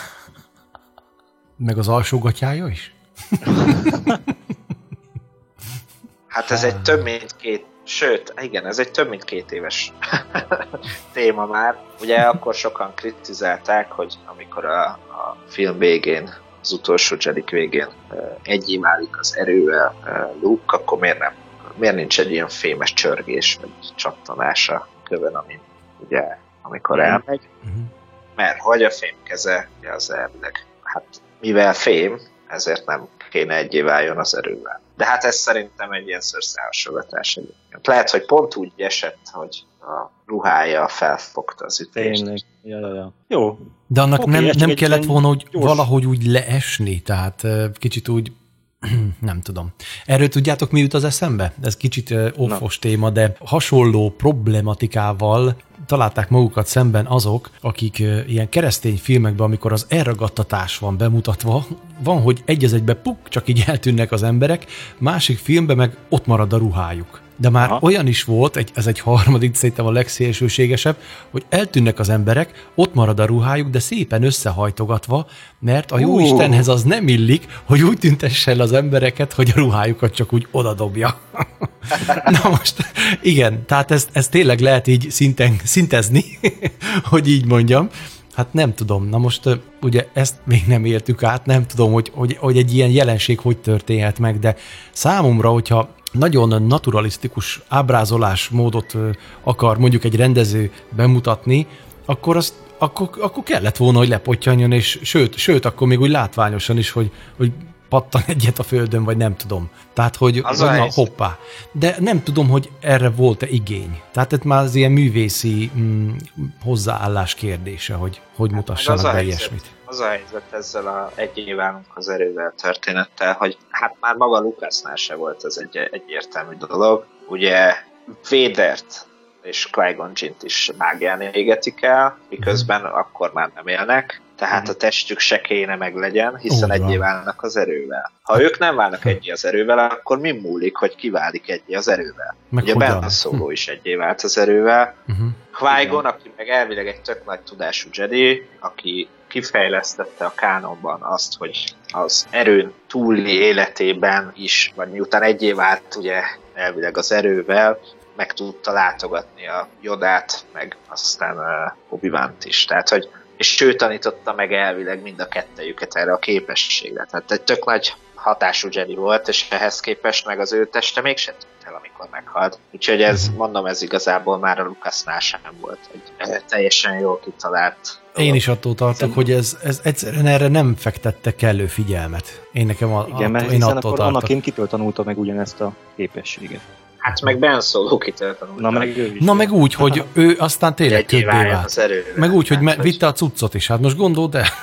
Meg az alsógatyája is? Hát ez egy több mint két, sőt, igen, ez egy több mint két éves téma már. Ugye akkor sokan kritizálták, hogy amikor a, a film végén, az utolsó Jedik végén egyé válik az erővel Luke, akkor miért nem? Miért nincs egy ilyen fémes csörgés, vagy csattanás a kövön, amin, ugye, amikor mm. elmegy? Mm-hmm. Mert hogy a fémkeze, ugye az elvileg, hát mivel fém, ezért nem kéne egyé váljon az erővel. De hát ez szerintem egy ilyen szőrszálhasogatás egyébként. Lehet, hogy pont úgy esett, hogy a ruhája felfogta az ütést. Tényleg. Ja, ja, ja. Jó. De annak okay, nem, nem kellett volna úgy valahogy úgy leesni, tehát kicsit úgy nem tudom. Erről tudjátok, mi jut az eszembe? Ez kicsit uh, offos téma, de hasonló problematikával találták magukat szemben azok, akik uh, ilyen keresztény filmekben, amikor az elragadtatás van bemutatva, van, hogy egy az egybe puk, csak így eltűnnek az emberek, másik filmben meg ott marad a ruhájuk. De már aha, olyan is volt, egy, ez egy harmadik, szerintem a legszélsőségesebb, hogy eltűnnek az emberek, ott marad a ruhájuk, de szépen összehajtogatva, mert a jóistenhez az nem illik, hogy úgy tüntesse el az embereket, hogy a ruhájukat csak úgy odadobja. Na most, igen, tehát ezt, ezt tényleg lehet így szinten, szintezni, hogy így mondjam. Hát nem tudom, na most ugye ezt még nem értük át, nem tudom, hogy, hogy, hogy egy ilyen jelenség hogy történhet meg, de számomra, hogyha nagyon naturalisztikus ábrázolásmódot akar mondjuk egy rendező bemutatni, akkor, azt, akkor, akkor kellett volna, hogy lepottyanjon, és sőt, sőt, akkor még úgy látványosan is, hogy, hogy pattan egyet a földön, vagy nem tudom. Tehát, hogy na, hoppá. De nem tudom, hogy erre volt-e igény. Tehát ez már az ilyen művészi mm, hozzáállás kérdése, hogy hogy mutassanak be ilyesmit. az a helyzet ezzel a egy év állunk az erővel történettel, hogy hát már maga Lucasnál se volt ez egy egyértelmű dolog. Ugye Vadert és Qui-Gon Jinn-t is mágián égetik el, miközben akkor már nem élnek, tehát a testük se kéne meg legyen, hiszen egyé válnak az erővel. Ha ők nem válnak egyé az erővel, akkor mi múlik, hogy ki válik egyé az erővel? Meg ugye Ben Solo is egyé vált az erővel. Uh-huh. Qui-Gon, aki meg elvileg egy tök nagy tudású Jedi, aki kifejlesztette a kánonban azt, hogy az erőn túli életében is, vagy miután egyé vált ugye elvileg az erővel, meg tudta látogatni a Yodát, meg aztán uh, Obi-Want is. Tehát, hogy, és ő tanította meg elvileg mind a kettejüket erre a képességre. Tehát egy tök nagy hatású Jedi volt, és ehhez képest meg az ő teste mégsem tűnt el, amikor meghalt. Úgyhogy ez, mondom, ez igazából már a Lucasnál sem volt egy teljesen jól kitalált. Én is attól tartok, hogy ez, ez egyszerűen erre nem fektette kellő figyelmet. Én nekem a, igen, mert én attól tartok. Anakin kitől tanulta meg ugyanezt a képességet. Hát meg Ben Solo kitől tanulta. Na meg, Na meg úgy, hogy ő aztán tényleg többé vált. Meg úgy, hogy me- vitte a cuccot is. Hát most gondold el,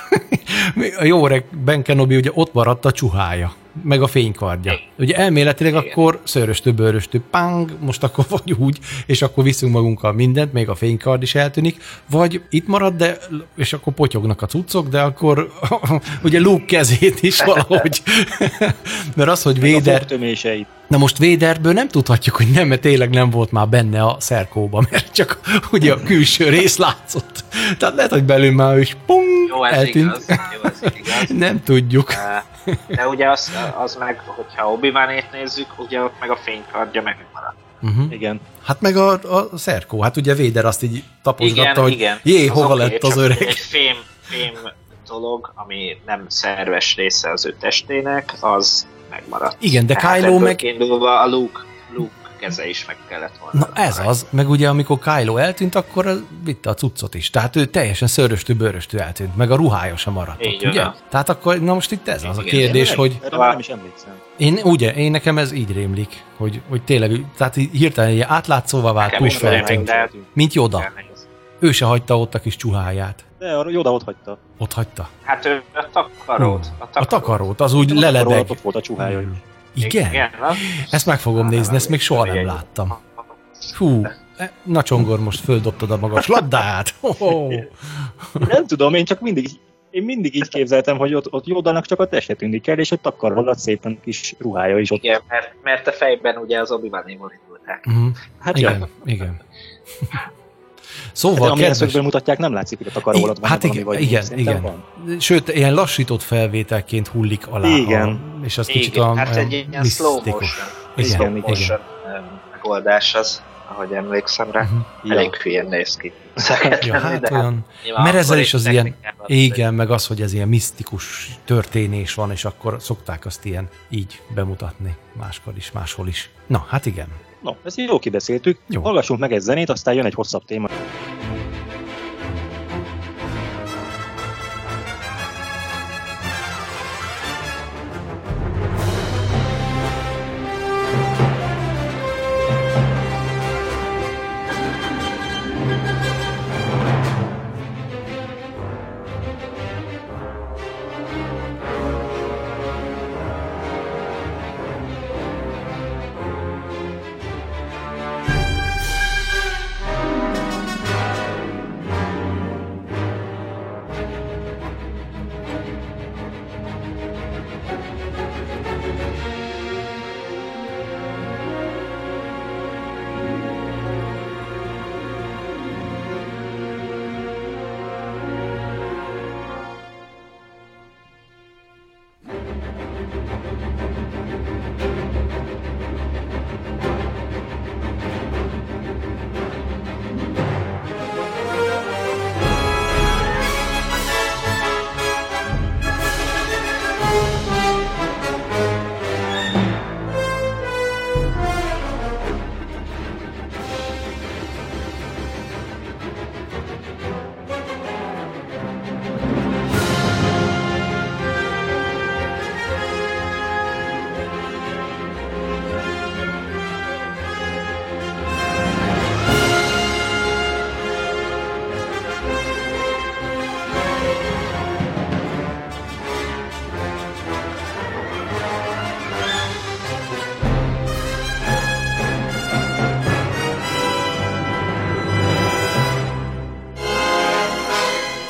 a jó öreg Ben Kenobi ugye ott maradt a csuhája, meg a fénykardja. Igen. Ugye elméletileg igen. Akkor szőröstő, bőröstő, pang, most akkor vagy úgy, és akkor viszünk magunkkal mindent, még a fénykard is eltűnik, vagy itt marad, de, és akkor potyognak a cuccok, de akkor ugye Luke kezét is valahogy. Mert az, hogy Vader... Na most Vaderből nem tudhatjuk, hogy nem, mert tényleg nem volt már benne a szerkóban, mert csak ugye a külső rész látszott. Tehát lehet, hogy belül már is pum, jó, ez eltűnt. Igaz. Jó, ez igaz. Nem tudjuk. De ugye az, az meg, hogyha Obi-Wanét nézzük, ugye ott meg a fénykardja megmaradt. Uh-huh. Igen. Hát meg a, a szerkó, hát ugye Vader azt így taposgatta, igen, hogy igen. jé, az hova okay, lett az öreg. Egy fém, fém dolog, ami nem szerves része az ő testének, az megmaradt. Igen, de tehát Kylo meg... Indulva a Luke, Luke keze is meg kellett volna. Na ez az, meg ugye amikor Kylo eltűnt, akkor vitte a cuccot is. Tehát ő teljesen szöröstő, bőröstő eltűnt, meg a ruhája sem maradt ott, ugye? Tehát akkor, na most itt ez az a kérdés, hogy... Erre nem is emlékszem. Én, ugye, én nekem ez így rémlik, hogy, hogy tényleg, tehát hirtelen egy átlátszóvá vált, pusfeltűnt, mint Yoda. Ő se hagyta ott a kis csuháját. De a Yoda ott hagyta. Ott hagyta? Hát ő a takarót. A takarót, a takarót az úgy leledeg. Ott volt a csuhája is. Igen? Igen? Ezt meg fogom hát, nézni, ezt még soha nem láttam. Hú, na Csongor, most földobtad a magas labdát. Oh. Nem tudom, én csak mindig, én mindig így képzeltem, hogy ott, ott Yodának csak a teste tűnik el, és egy takaró alatt szépen kis ruhája is ott. Igen, mert, mert a fejben ugye az Obi-Wanéból indulták. Mm. Hát igen, igen. Szóval hát, kedves... szögből mutatják, nem látszik, hogy a takaró alatt van. Hát igen, vagy igen, igen. Van. Sőt, ilyen lassított felvételként hullik alá. Igen. A, és az igen. kicsit olyan, hát egy ilyen slow motion, igen, slow motion megoldás az, ahogy emlékszem rá. Uh-huh. Elég ja. hülyén néz ki. Ja, hát olyan, mert ezzel is az ilyen, igen, meg az, hogy ez ilyen misztikus történés van, és akkor szokták azt ilyen így bemutatni máskor is, máshol is. Na, hát igen. No, ezt így jól kibeszéltük. Jó. Hallgassunk meg egy zenét, aztán jön egy hosszabb téma.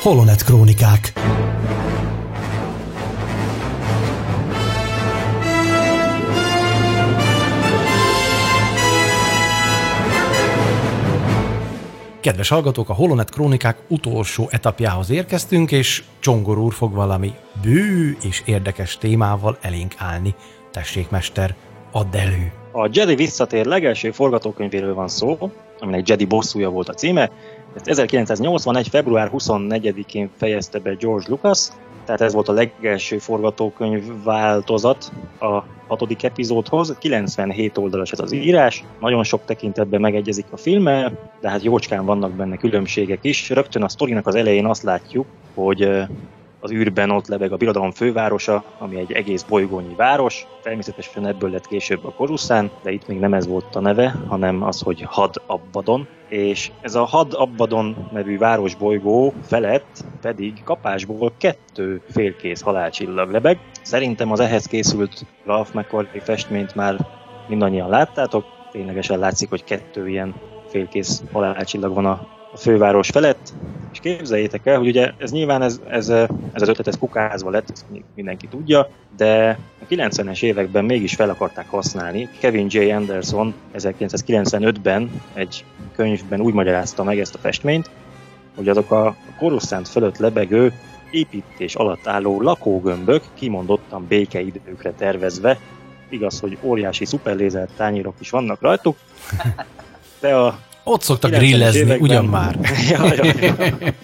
Holonet Krónikák. Kedves hallgatók, a Holonet Krónikák utolsó etapjához érkeztünk, és Csongor úr fog valami bő és érdekes témával elénk állni. Tessék, mester, add elő! A Jedi visszatér legelső forgatókönyvéről van szó, aminek Jedi bosszúja volt a címe. Ezt ezerkilencszáznyolcvanegy. február huszonnegyedikén fejezte be George Lucas, tehát ez volt a legelső forgatókönyv változat a hatodik epizódhoz. kilencvenhét oldalas ez az írás, nagyon sok tekintetben megegyezik a filmmel, de hát jócskán vannak benne különbségek is. Rögtön a sztorinak az elején azt látjuk, hogy az űrben ott lebeg a birodalom fővárosa, ami egy egész bolygónyi város. Természetesen ebből lett később a Coruscant, de itt még nem ez volt a neve, hanem az, hogy Had Abaddon. És ez a Had Abaddon nevű városbolygó felett pedig kapásból kettő félkész halálcsillag lebeg. Szerintem az ehhez készült Ralph McQuarrie festményt már mindannyian láttátok. Ténylegesen látszik, hogy kettő ilyen félkész halálcsillag van a a főváros felett, és képzeljétek el, hogy ugye ez nyilván ez, ez, ez az ötlet ez kukázva lett, ezt mindenki tudja, de a kilencvenes években mégis fel akarták használni. Kevin J. Anderson ezerkilencszázkilencvenötben egy könyvben úgy magyarázta meg ezt a festményt, hogy azok a Coruscant fölött lebegő, építés alatt álló lakógömbök kimondottan békeidőkre tervezve, igaz, hogy óriási szuperlézer tányérok is vannak rajtuk, de a ott szoktak grillezni, években... ugyan már. ja, ja, ja.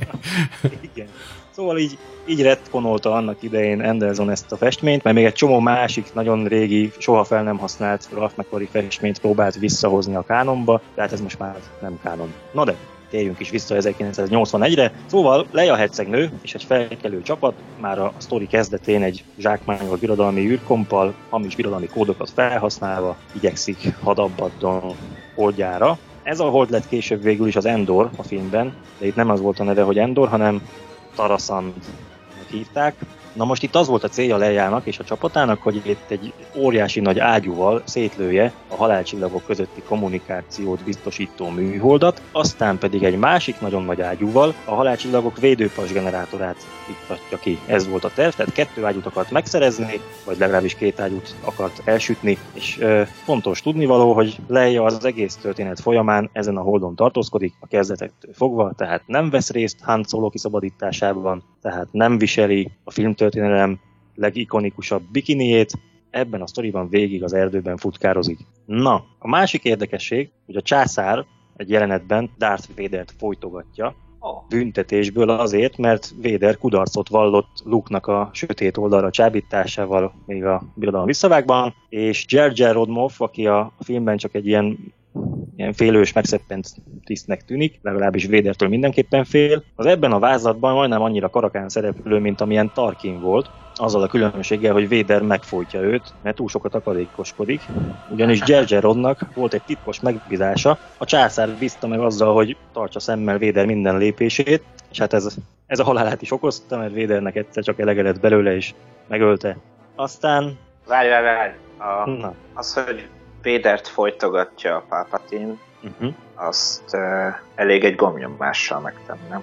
Igen. Szóval így, így retkonolta annak idején Anderson ezt a festményt, mert még egy csomó másik, nagyon régi, soha fel nem használt Ralph McQuarrie festményt próbált visszahozni a kánonba, tehát ez most már nem kánon. Na de, térjünk is vissza ezerkilencszáznyolcvanegyre. Szóval Leia hercegnő és egy felkelő csapat már a sztori kezdetén egy zsákmányolt birodalmi űrkompal, hamis birodalmi kódokat felhasználva igyekszik Had Abaddon holdjára. Ez a hold lett később végül is az Endor a filmben, de itt nem az volt a neve, hogy Endor, hanem Tarasandnak hívták. Na most itt az volt a célja Leiának és a csapatának, hogy itt egy óriási nagy ágyúval szétlője a halálcsillagok közötti kommunikációt biztosító műholdat, aztán pedig egy másik nagyon nagy ágyúval a halálcsillagok védőpas generátorát iktatja ki. Ez volt a terv, tehát kettő ágyút akart megszerezni, vagy legalábbis két ágyút akart elsütni, és ö, fontos tudnivaló, hogy Leia az egész történet folyamán ezen a holdon tartózkodik, a kezdetektől fogva, tehát nem vesz részt Han Solo kiszabadításában, tehát nem viseli a filmtörténelem legikonikusabb bikiniét, ebben a sztoriban végig az erdőben futkározik. Na, a másik érdekesség, hogy a császár egy jelenetben Darth Vadert folytogatja, büntetésből azért, mert Vader kudarcot vallott Luke-nak a sötét oldalra csábításával még a Birodalom visszavágban, és Jar Jar Rodmoff, aki a filmben csak egy ilyen, ilyen félős, megszeppent tisztnek tűnik, legalábbis Vadertől mindenképpen fél, az ebben a vázlatban majdnem annyira karakán szereplő, mint amilyen Tarkin volt, azzal a különbséggel, hogy Vader megfojtja őt, mert túl sokat akadékoskodik. Ugyanis Jar Jar Rodnak volt egy titkos megbízása, a császár bízta meg azzal, hogy tartsa szemmel Vader minden lépését, és hát ez, ez a halálát is okozta, mert Vadernek egyszer csak elege lett belőle, és megölte. Aztán... Várj, várj, várj! A, az, hogy Vadert folytogatja a Palpatine, uh-huh. azt uh, elég egy gombnyomással megtenni, nem?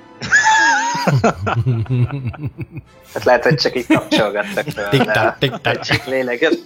Hát lehet, hogy csak így kapcsolgattak tőle egy csik léleget.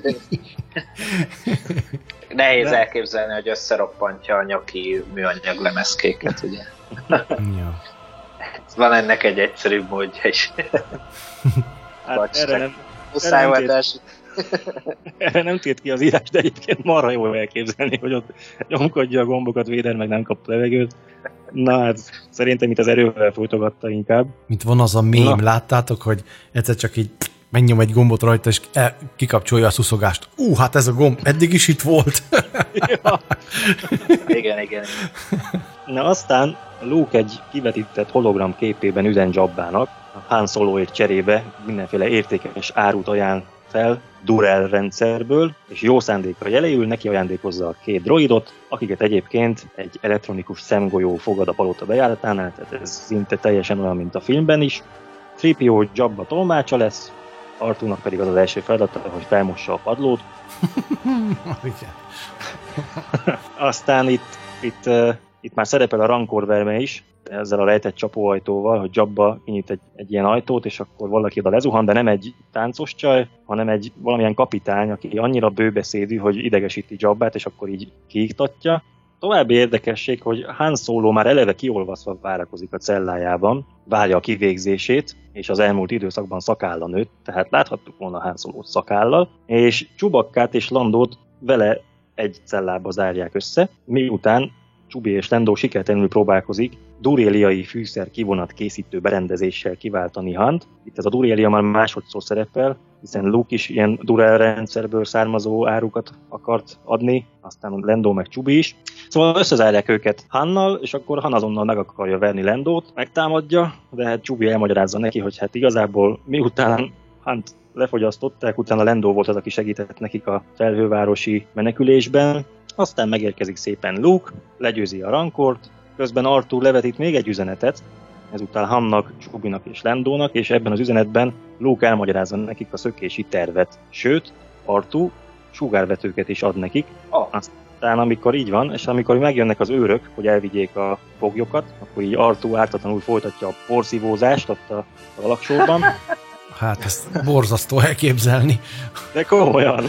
Nehéz De... elképzelni, hogy összeroppantja a nyaki műanyag lemezkéket, ugye? Ja. Van ennek egy egyszerűbb módja is. Hát Bacs, erre nem, muszáj volt els... erre nem tért ki az írás, de egyébként marha jól elképzelni, hogy ott nyomkodja a gombokat, Vader meg nem kap levegőt. Na hát szerintem itt az erővel folytogatta inkább. Mint van az a mém, láttátok, hogy egyszer csak így megnyom egy gombot rajta, és el, kikapcsolja a szuszogást. Ú, hát ez a gomb eddig is itt volt. Ja. igen, igen. Na aztán Luke egy kivetített hologram képében üzen Jabbának, a Han Soloért cserébe mindenféle értékes árut ajánl fel Durell rendszerből, és jó szándékra jeléül neki ajándékozza a két droidot, akiket egyébként egy elektronikus szemgolyó fogad a palota bejáratánál, tehát ez szinte teljesen olyan, mint a filmben is. három pé o Jabba tolmácsa lesz, Artúnak pedig az az első feladata, hogy felmossa a padlót. Aztán itt, itt, uh, itt már szerepel a Rancor verme is, ezzel a rejtett csapóajtóval, hogy Jabba kinyit egy, egy ilyen ajtót, és akkor valaki oda lezuhan, de nem egy táncos csaj, hanem egy valamilyen kapitány, aki annyira bőbeszédű, hogy idegesíti Jabbát, és akkor így kiiktatja. További érdekesség, hogy Han Solo már eleve kiolvaszva várakozik a cellájában, várja a kivégzését, és az elmúlt időszakban szakálla nőtt, tehát láthattuk volna Han Solót szakállal, és Chewbaccát és Landót vele egy cellába zárják össze, miután Chewie és Lando sikertelenül próbálkozik duréliai fűszer kivonat készítő berendezéssel kiváltani Hant. Itt ez a durélia már másodszor szerepel, hiszen Luke is ilyen Durel rendszerből származó árukat akart adni, aztán Lando meg Chewie is. Szóval összezárják őket Hannal, és akkor Han azonnal meg akarja verni Landót, megtámadja, de hát Chewie elmagyarázza neki, hogy hát igazából miután Hant lefogyasztották, utána Lando volt az, aki segített nekik a felhővárosi menekülésben. Aztán megérkezik szépen Luke, legyőzi a Rancort, közben Artú levetít még egy üzenetet, ezután Hannak, Chewie-nak és Landónak, és ebben az üzenetben Luke elmagyarázza nekik a szökési tervet. Sőt, Artú sugárvetőket is ad nekik. Oh. Aztán amikor így van, és amikor megjönnek az őrök, hogy elvigyék a foglyokat, akkor így Artú ártatlanul folytatja a porszívózást ott a alaksóban. Hát ezt borzasztó elképzelni. De komolyan.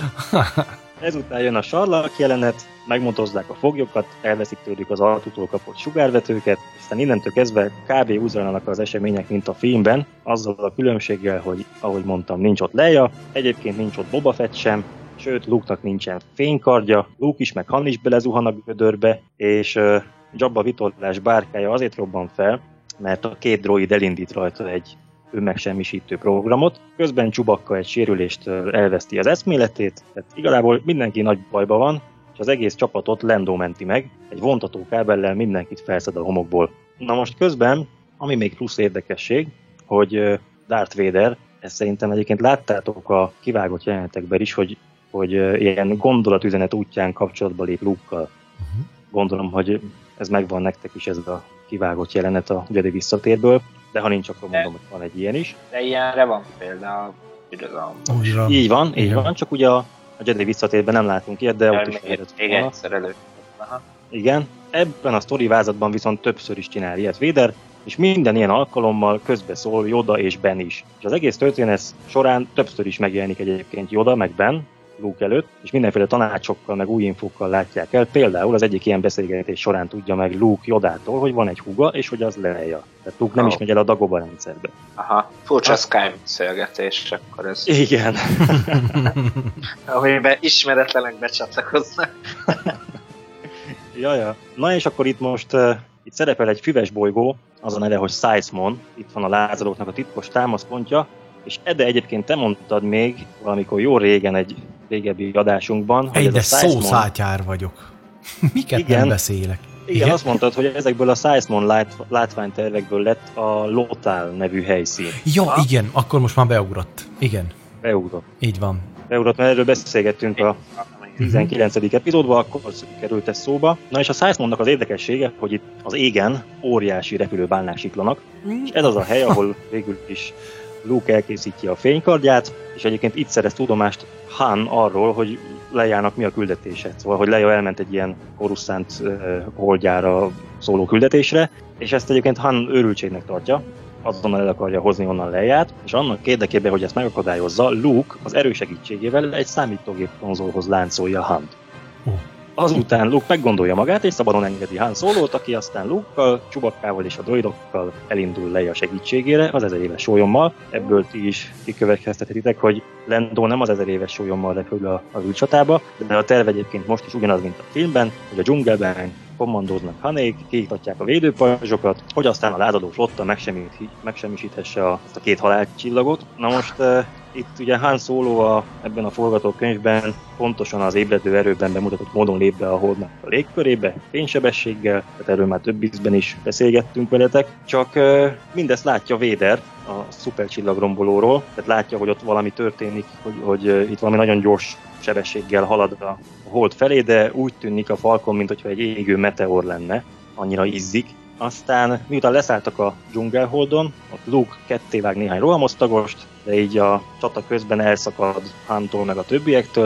Ezután jön a sarlak jelenet, megmotozzák a foglyokat, elveszik tőlük az Artútól kapott sugárvetőket, aztán innentől kezdve kb. Úgy zajlanak az események, mint a filmben, azzal a különbséggel, hogy ahogy mondtam, nincs ott Leia, egyébként nincs ott Boba Fett sem, sőt Luke-nak nincsen fénykardja, Luke is meg Han is belezuhan a gödörbe, és uh, Jabba vitorlás bárkája azért robban fel, mert a két droid elindít rajta egy önmegsemmisítő programot, közben Chewbacca egy sérülést elveszti az eszméletét, tehát igazából mindenki nagy bajba van, és az egész csapatot Lando menti meg, egy vontató kábellel mindenkit felszed a homokból. Na most közben, ami még plusz érdekesség, hogy Darth Vader, ezt szerintem egyébként láttátok a kivágott jelenetekben is, hogy, hogy ilyen gondolatüzenet útján kapcsolatba lép Luke-kal. Uh-huh. Gondolom, hogy ez megvan nektek is, ez a kivágott jelenet a Jedi visszatérből, de ha nincs, akkor mondom, hogy van egy ilyen is. De ilyenre van például a Így van, így van, csak ugye a, a Jedi visszatérben nem látunk ilyet, de ja, ott is érett volna. Egyszer előtt. Aha. Igen, ebben a sztori vázatban viszont többször is csinál ilyet Vader, és minden ilyen alkalommal közbeszól Yoda és Ben is. És az egész történet során többször is megjelenik egyébként Yoda meg Ben, Luke előtt, és mindenféle tanácsokkal, meg új infókkal látják el. Például az egyik ilyen beszélgetés során tudja meg Luke Yodától, hogy van egy húga, és hogy az Leia. Tehát Luke nem oh. is megy el a Dagobah rendszerbe. Aha, furcsa Skype beszélgetés, akkor ez... Igen. Ahogy be ismeretlenek becsatlakoznak. Jaja. Na és akkor itt most uh, itt szerepel egy füves bolygó, az a neve, hogy Sizemon. Itt van a lázadóknak a titkos támaszpontja, és Ede egyébként te mondtad még valamikor jó régen egy régebbi adásunkban, hogy Egyre szószátyár vagyok. Miket igen, nem beszélek? Igen, igen, azt mondtad, hogy ezekből a Sizemon lát, látványtervekből lett a Lothal nevű helyszín. Ja, ha? Igen, akkor most már beugrott. Igen. Beugrott. Így van. Beugrott, mert erről beszélgettünk a tizenkilencedik epizódban, akkor került ez szóba. Na és a Sizemonnak az érdekessége, hogy itt az égen óriási repülőbálnák siklanak, és ez az a hely, ahol végül is Luke elkészíti a fénykardját, és egyébként itt szerez tudomást Han arról, hogy Leiának mi a küldetése. Szóval, hogy Leia elment egy ilyen Coruscant uh, holdjára szóló küldetésre, és ezt egyébként Han őrültségnek tartja, azonnal el akarja hozni onnan Leiát, és annak érdekében, hogy ezt megakadályozza, Luke az erő segítségével egy számítógép konzolhoz láncolja Hant. Oh. Azután Luke meggondolja magát, és szabadon engedi Han Solót, aki aztán Luke-kal, Chewbaccával és a droidokkal elindul Leia segítségére, az ezer éves sólyommal. Ebből ti is kikövetkeztethetitek, hogy Lando nem az ezer éves sólyommal repül a, a űrcsatába, de a terv egyébként most is ugyanaz, mint a filmben, hogy a dzsungelben kommandóznak Hanék, kiiktatják a védőpajzsokat, hogy aztán a lázadó flotta megsemmisíthesse a, a két halálcsillagot. Na most uh, itt ugye Han Solo a, ebben a forgatókönyvben pontosan az ébredő erőben bemutatott módon lép be a holdnak a légkörébe, fénysebességgel, tehát erről már több ízben is beszélgettünk veletek, csak uh, mindezt látja Vader a szupercsillagrombolóról, tehát látja, hogy ott valami történik, hogy, hogy uh, itt valami nagyon gyors sebességgel halad a hold felé, de úgy tűnik a Falcon, mintha egy égő meteor lenne, annyira izzik. Aztán miután leszálltak a dzsungelholdon, ott Luke kettévág néhány rohamosztagost, de így a csata közben elszakad Hantól meg a többiektől,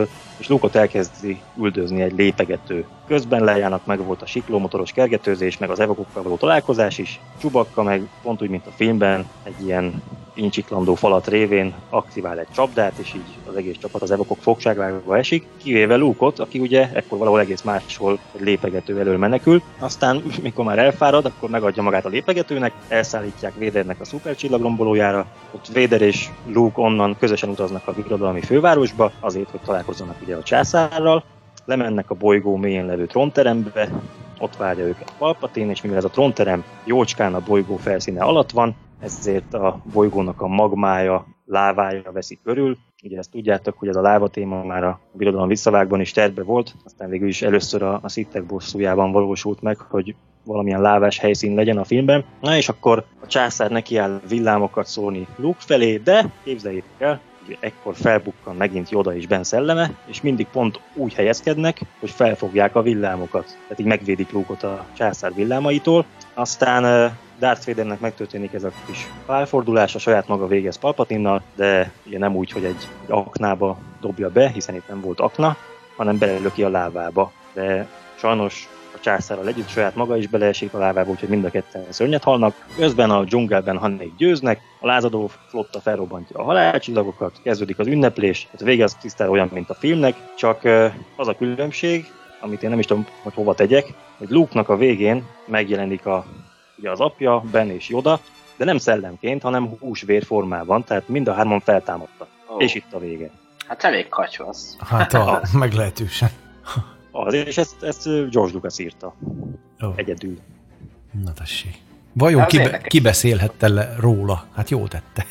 és Luke-ot elkezdi üldözni egy lépegető. Közben Leiának meg volt a siklómotoros kergetőzés, meg az evokokkal való találkozás is. Chewbacca meg pont úgy, mint a filmben, egy ilyen incsiklandó falat révén aktivál egy csapdát, és így az egész csapat az evokok fogságlába esik, kivéve Luke-ot, aki ugye ekkor valahol egész máshol egy lépegető elől menekül. Aztán, mikor már elfárad, akkor megadja magát a lépegetőnek, elszállítják Vadernek a szupercsillagrombolójára. Ott Vader és Luke onnan közösen utaznak a birodalmi fővárosba, azért, hogy találkozzanak ugye a császárral. Lemennek a bolygó mélyén levő trónterembe, ott várja őket Palpatine, és mivel ez a trónterem jócskán a bolygó felszíne alatt van, ezért a bolygónak a magmája, lávája veszi körül. Ugye ezt tudjátok, hogy ez a láva téma már a Birodalom visszavágban is tervbe volt, aztán végül is először a, a Sith-ek bosszújában valósult meg, hogy valamilyen lávás helyszín legyen a filmben. Na és akkor a császár nekiáll villámokat szólni Luke felé, de képzeljétek el, hogy ekkor felbukkan megint Yoda és Ben szelleme, és mindig pont úgy helyezkednek, hogy felfogják a villámokat. Tehát így megvédik Luke-ot a császár villámaitól. Aztán Darth Vadernek megtörténik ez a kis pálfordulás, a saját maga végez Palpatinnal, de ugye nem úgy, hogy egy, egy aknába dobja be, hiszen itt nem volt akna, hanem belelöki a lávába. De sajnos a császárral együtt saját maga is beleesik a lávába, úgyhogy mind a ketten szörnyet halnak. Közben a dzsungelben Hannék győznek, a lázadó flotta felrobbantja a halálcsillagokat, kezdődik az ünneplés, hát a vége az tisztán olyan, mint a filmnek, csak az a különbség, amit én nem is tudom, hogy hova tegyek, hogy Luke-nak a végén megjelenik a ugye az apja, Ben és Yoda, de nem szellemként, hanem húsvér formában, tehát mind a hárman feltámadtak. Oh. És itt a vége. Hát elég katyvasz. Hát a, meglehetősen. Az, és ezt, ezt George Lucas írta. Oh. Egyedül. Na tessék. Vajon kibe, kibeszélhette le róla? Hát jól tette.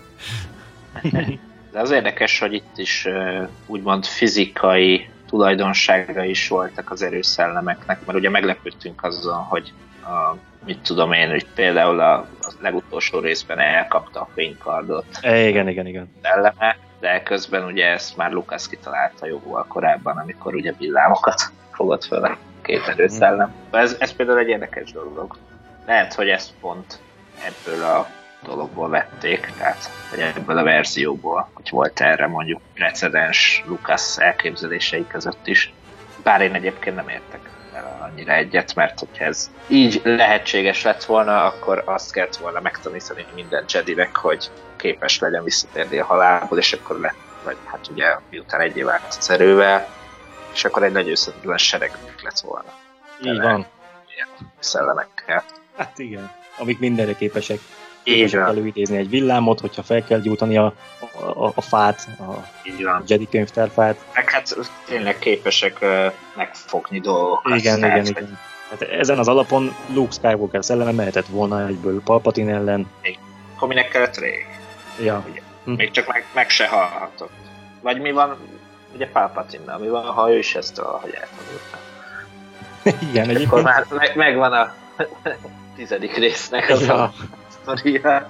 De az érdekes, hogy itt is úgymond fizikai tulajdonsága is voltak az erőszellemeknek, mert ugye meglepődtünk azon, hogy a, mit tudom én, hogy például a, a legutolsó részben elkapta a fénykardot. E, igen, igen, igen. Szelleme, de közben ugye ezt már Lucas kitalálta jóval korábban, amikor ugye villámokat fogott fel a két erőszellem. Ez, ez például egy érdekes dolog. Lehet, hogy ezt pont ebből a dologból vették, tehát vagy ebből a verzióból, hogy volt erre mondjuk precedens Lucas elképzelései között is. Bár én egyébként nem értek annyira egyet, mert hogyha ez így lehetséges lett volna, akkor azt kellett volna megtanítani minden Jedinek, hogy képes legyen visszatérni a halálból, és akkor lett, vagy hát ugye miután egy év állt az erővel, és akkor egy nagy összetetlen seregük lett volna. Így van. Ilyen szellemekkel. Hát igen, amik mindenre képesek. Képesek előidézni egy villámot, hogyha fel kell gyújtani a, a, a fát, a Jedi könyvtárfát. Meg hát tényleg képesek uh, megfogni dolgokat. Igen, igen, igen, igen. Hát ezen az alapon Luke Skywalker szelleme mehetett volna egyből Palpatine ellen. Akkor minek kellett rég? Ja. Hm. Még csak meg, meg se hallhatott. Vagy mi van, ugye Palpatine-nal, mi van, ha ő is ezt a, hogy eltanulta. Igen, egyébként. Akkor már meg, megvan a tizedik résznek az ja. a sztoria.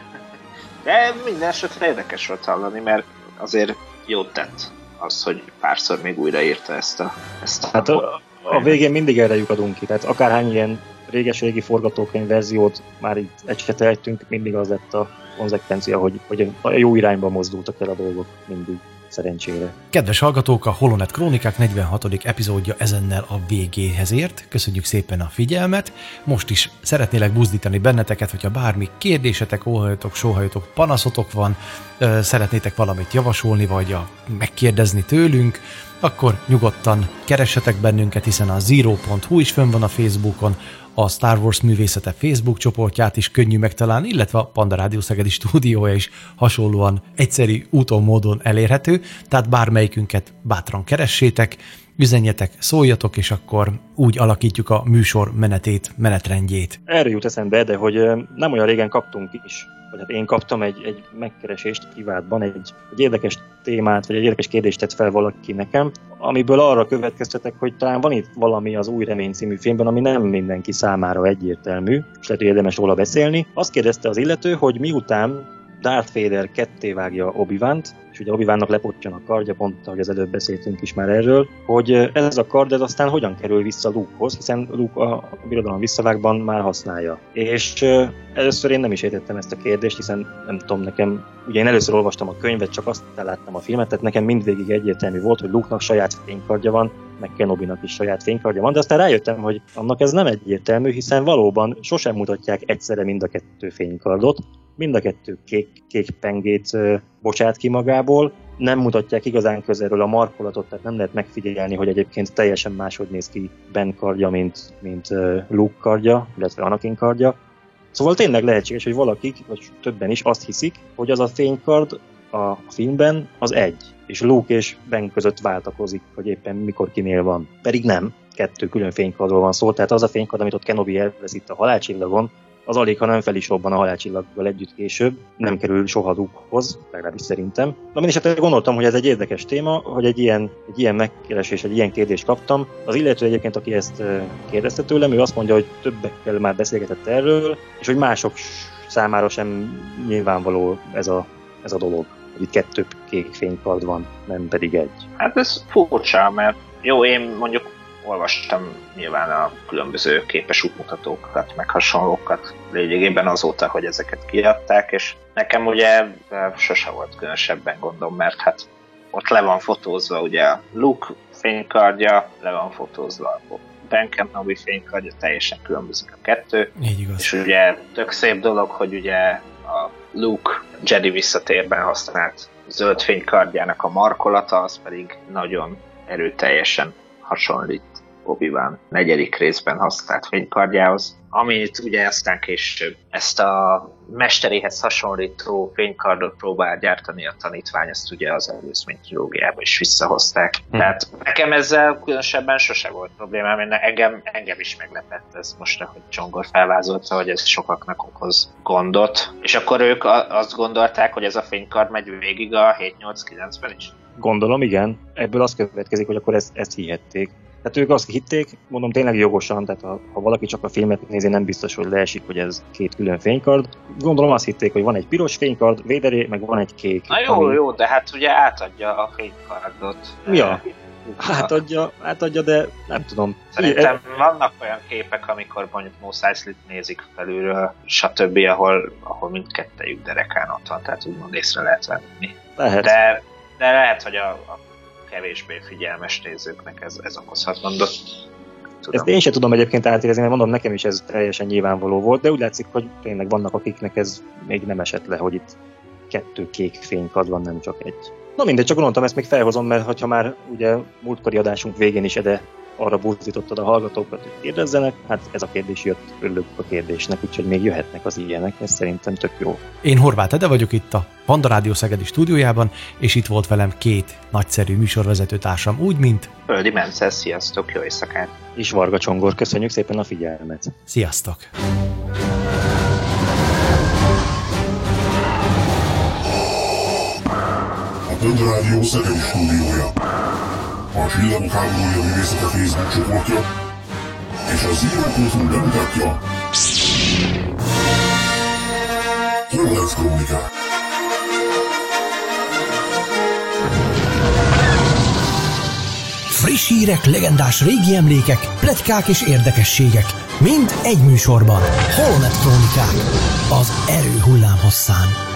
De minden esetre érdekes volt hallani, mert azért jót tett az, hogy párszor még újraírta ezt a... Ezt a hát a, a végén mindig erre lyukadunk ki, tehát akárhány ilyen réges-régi forgatókönyv verziót már így ecseteltünk, mindig az lett a konzekvencia, hogy, hogy a jó irányba mozdultak el a dolgok mindig. Szerencsére. Kedves hallgatók, a Holonet Krónikák negyvenhatodik epizódja ezennel a végéhez ért. Köszönjük szépen a figyelmet. Most is szeretnélek buzdítani benneteket, hogyha bármi kérdésetek, óhajatok, sóhajatok, panaszotok van, szeretnétek valamit javasolni, vagy a, megkérdezni tőlünk, akkor nyugodtan keressetek bennünket, hiszen a zero pont hu is fönn van a Facebookon, a Star Wars művészete Facebook csoportját is könnyű megtalálni, illetve a Panda Rádió Szegedi stúdiója is hasonlóan egyszerű úton, módon elérhető, tehát bármelyikünket bátran keressétek, üzenjetek, szóljatok, és akkor úgy alakítjuk a műsor menetét, menetrendjét. Erről jut eszembe, de hogy nem olyan régen kaptunk is, vagy hát én kaptam egy, egy megkeresést privátban, egy, egy érdekes témát, vagy egy érdekes kérdést tett fel valaki nekem, amiből arra következtetek, hogy talán van itt valami az Új Remény című filmben, ami nem mindenki számára egyértelmű, és lehet, hogy érdemes róla beszélni. Azt kérdezte az illető, hogy miután Darth Vader kettévágja Obi-Want, és ugye Obi-Wannak lepottyan a kardja, pont ahogy az előbb beszéltünk is már erről, hogy ez a kard ez aztán hogyan kerül vissza Luke-hoz, hiszen Luke a Birodalom visszavágban már használja. És uh, először én nem is értettem ezt a kérdést, hiszen nem tudom, nekem, ugye én először olvastam a könyvet, csak azt láttam a filmet, tehát nekem mindvégig egyértelmű volt, hogy Luke-nak saját fénykardja van, meg Kenobinak is saját fénykardja van, de aztán rájöttem, hogy annak ez nem egyértelmű, hiszen valóban sosem mutatják egyszerre mind a kettő fénykardot, mind a kettő kék, kék pengét uh, bocsát ki magából, nem mutatják igazán közelről a markolatot, tehát nem lehet megfigyelni, hogy egyébként teljesen máshogy néz ki Ben kardja, mint, mint uh, Luke kardja, illetve Anakin kardja. Szóval tényleg lehetséges, hogy valakik, vagy többen is azt hiszik, hogy az a fénykard a filmben az egy, és Luke és Ben között váltakozik, hogy éppen mikor kinél van. Pedig nem, kettő külön fénykardról van szó, tehát az a fénykard, amit ott Kenobi elvesz itt a halálcsillagon, az alig, ha nem fel is robban a halálcsillaggal együtt később, nem kerül soha Luke-hoz, legalábbis szerintem. De én is hát gondoltam, hogy ez egy érdekes téma, hogy egy ilyen, egy ilyen megkeresés, egy ilyen kérdést kaptam. Az illető egyébként, aki ezt kérdezte tőlem, ő azt mondja, hogy többekkel már beszélgetett erről, és hogy mások számára sem nyilvánvaló ez a, ez a dolog, hogy itt kettő kék fénykard van, nem pedig egy. Hát ez furcsa, mert jó, én mondjuk olvastam nyilván a különböző képes útmutatókat, meg hasonlókat lényegében azóta, hogy ezeket kiadták, és nekem ugye sose volt különösebben gondom, mert hát ott le van fotózva ugye a Luke fénykardja, le van fotózva a Ben Kenobi fénykardja, teljesen különbözik a kettő. Így igaz. És ugye tök szép dolog, hogy ugye a Luke Jedi visszatérben használt zöld fénykardjának a markolata, az pedig nagyon erőteljesen hasonlít Obi-Wan negyedik részben használt fénykardjához, amit ugye aztán később ezt a mesteréhez hasonlító fénykardot próbál gyártani a tanítvány, ezt ugye az előzmény trilógiába is visszahozták. Hmm. Tehát nekem ezzel különösebben sose volt problémám, én engem, engem is meglepett ez most, ahogy Csongor felvázolta, hogy ez sokaknak okoz gondot, és akkor ők azt gondolták, hogy ez a fénykard megy végig a hét nyolc kilencben is? Gondolom, igen. Ebből azt következik, hogy akkor ezt, ezt hihették. Tehát ők azt hitték, mondom tényleg jogosan, tehát ha, ha valaki csak a filmet nézi, nem biztos, hogy leesik, hogy ez két külön fénykard. Gondolom azt hitték, hogy van egy piros fénykard, véderé, meg van egy kék. Na jó, ami... jó, de hát ugye átadja a fénykardot. Ja, átadja, átadja, de nem tudom. Szerintem vannak olyan képek, amikor mondjuk Mos Eisley-t nézik felülről, stb., ahol, ahol mindkettejük derekán ott van, tehát úgymond észre lehet venni. Lehet. De, de lehet, hogy a, a kevésbé figyelmes nézőknek ez, ez okozhat gondot. Ezt én sem tudom egyébként átérezni, mert mondom, nekem is ez teljesen nyilvánvaló volt, de úgy látszik, hogy tényleg vannak, akiknek ez még nem esett le, hogy itt kettő kék fénykard van, nem csak egy. Na mindegy, csak gondoltam, ezt még felhozom, mert ha már ugye múltkori adásunk végén is Ede arra buzdítottad a hallgatókat, hogy kérdezzenek, hát ez a kérdés jött, örülök a kérdésnek, úgyhogy még jöhetnek az ilyenek, ez szerintem tök jó. Én Horváth Ede vagyok itt a Panda Rádió Szegedi stúdiójában, és itt volt velem két nagyszerű műsorvezető társam, úgy, mint Földi Mence, sziasztok, jó éjszakát! És Varga Csongor, köszönjük szépen a figyelmet! Sziasztok! A Panda Rádió Szegedi stúdiója, a Csillagok háborúja művészete Facebook csoportja és a Zero.hu bemutatja Horváth Krónikák. Friss hírek, legendás régi emlékek, pletykák és érdekességek. Mind egy műsorban. Holonet Krónikák. Az erő hullámhosszán.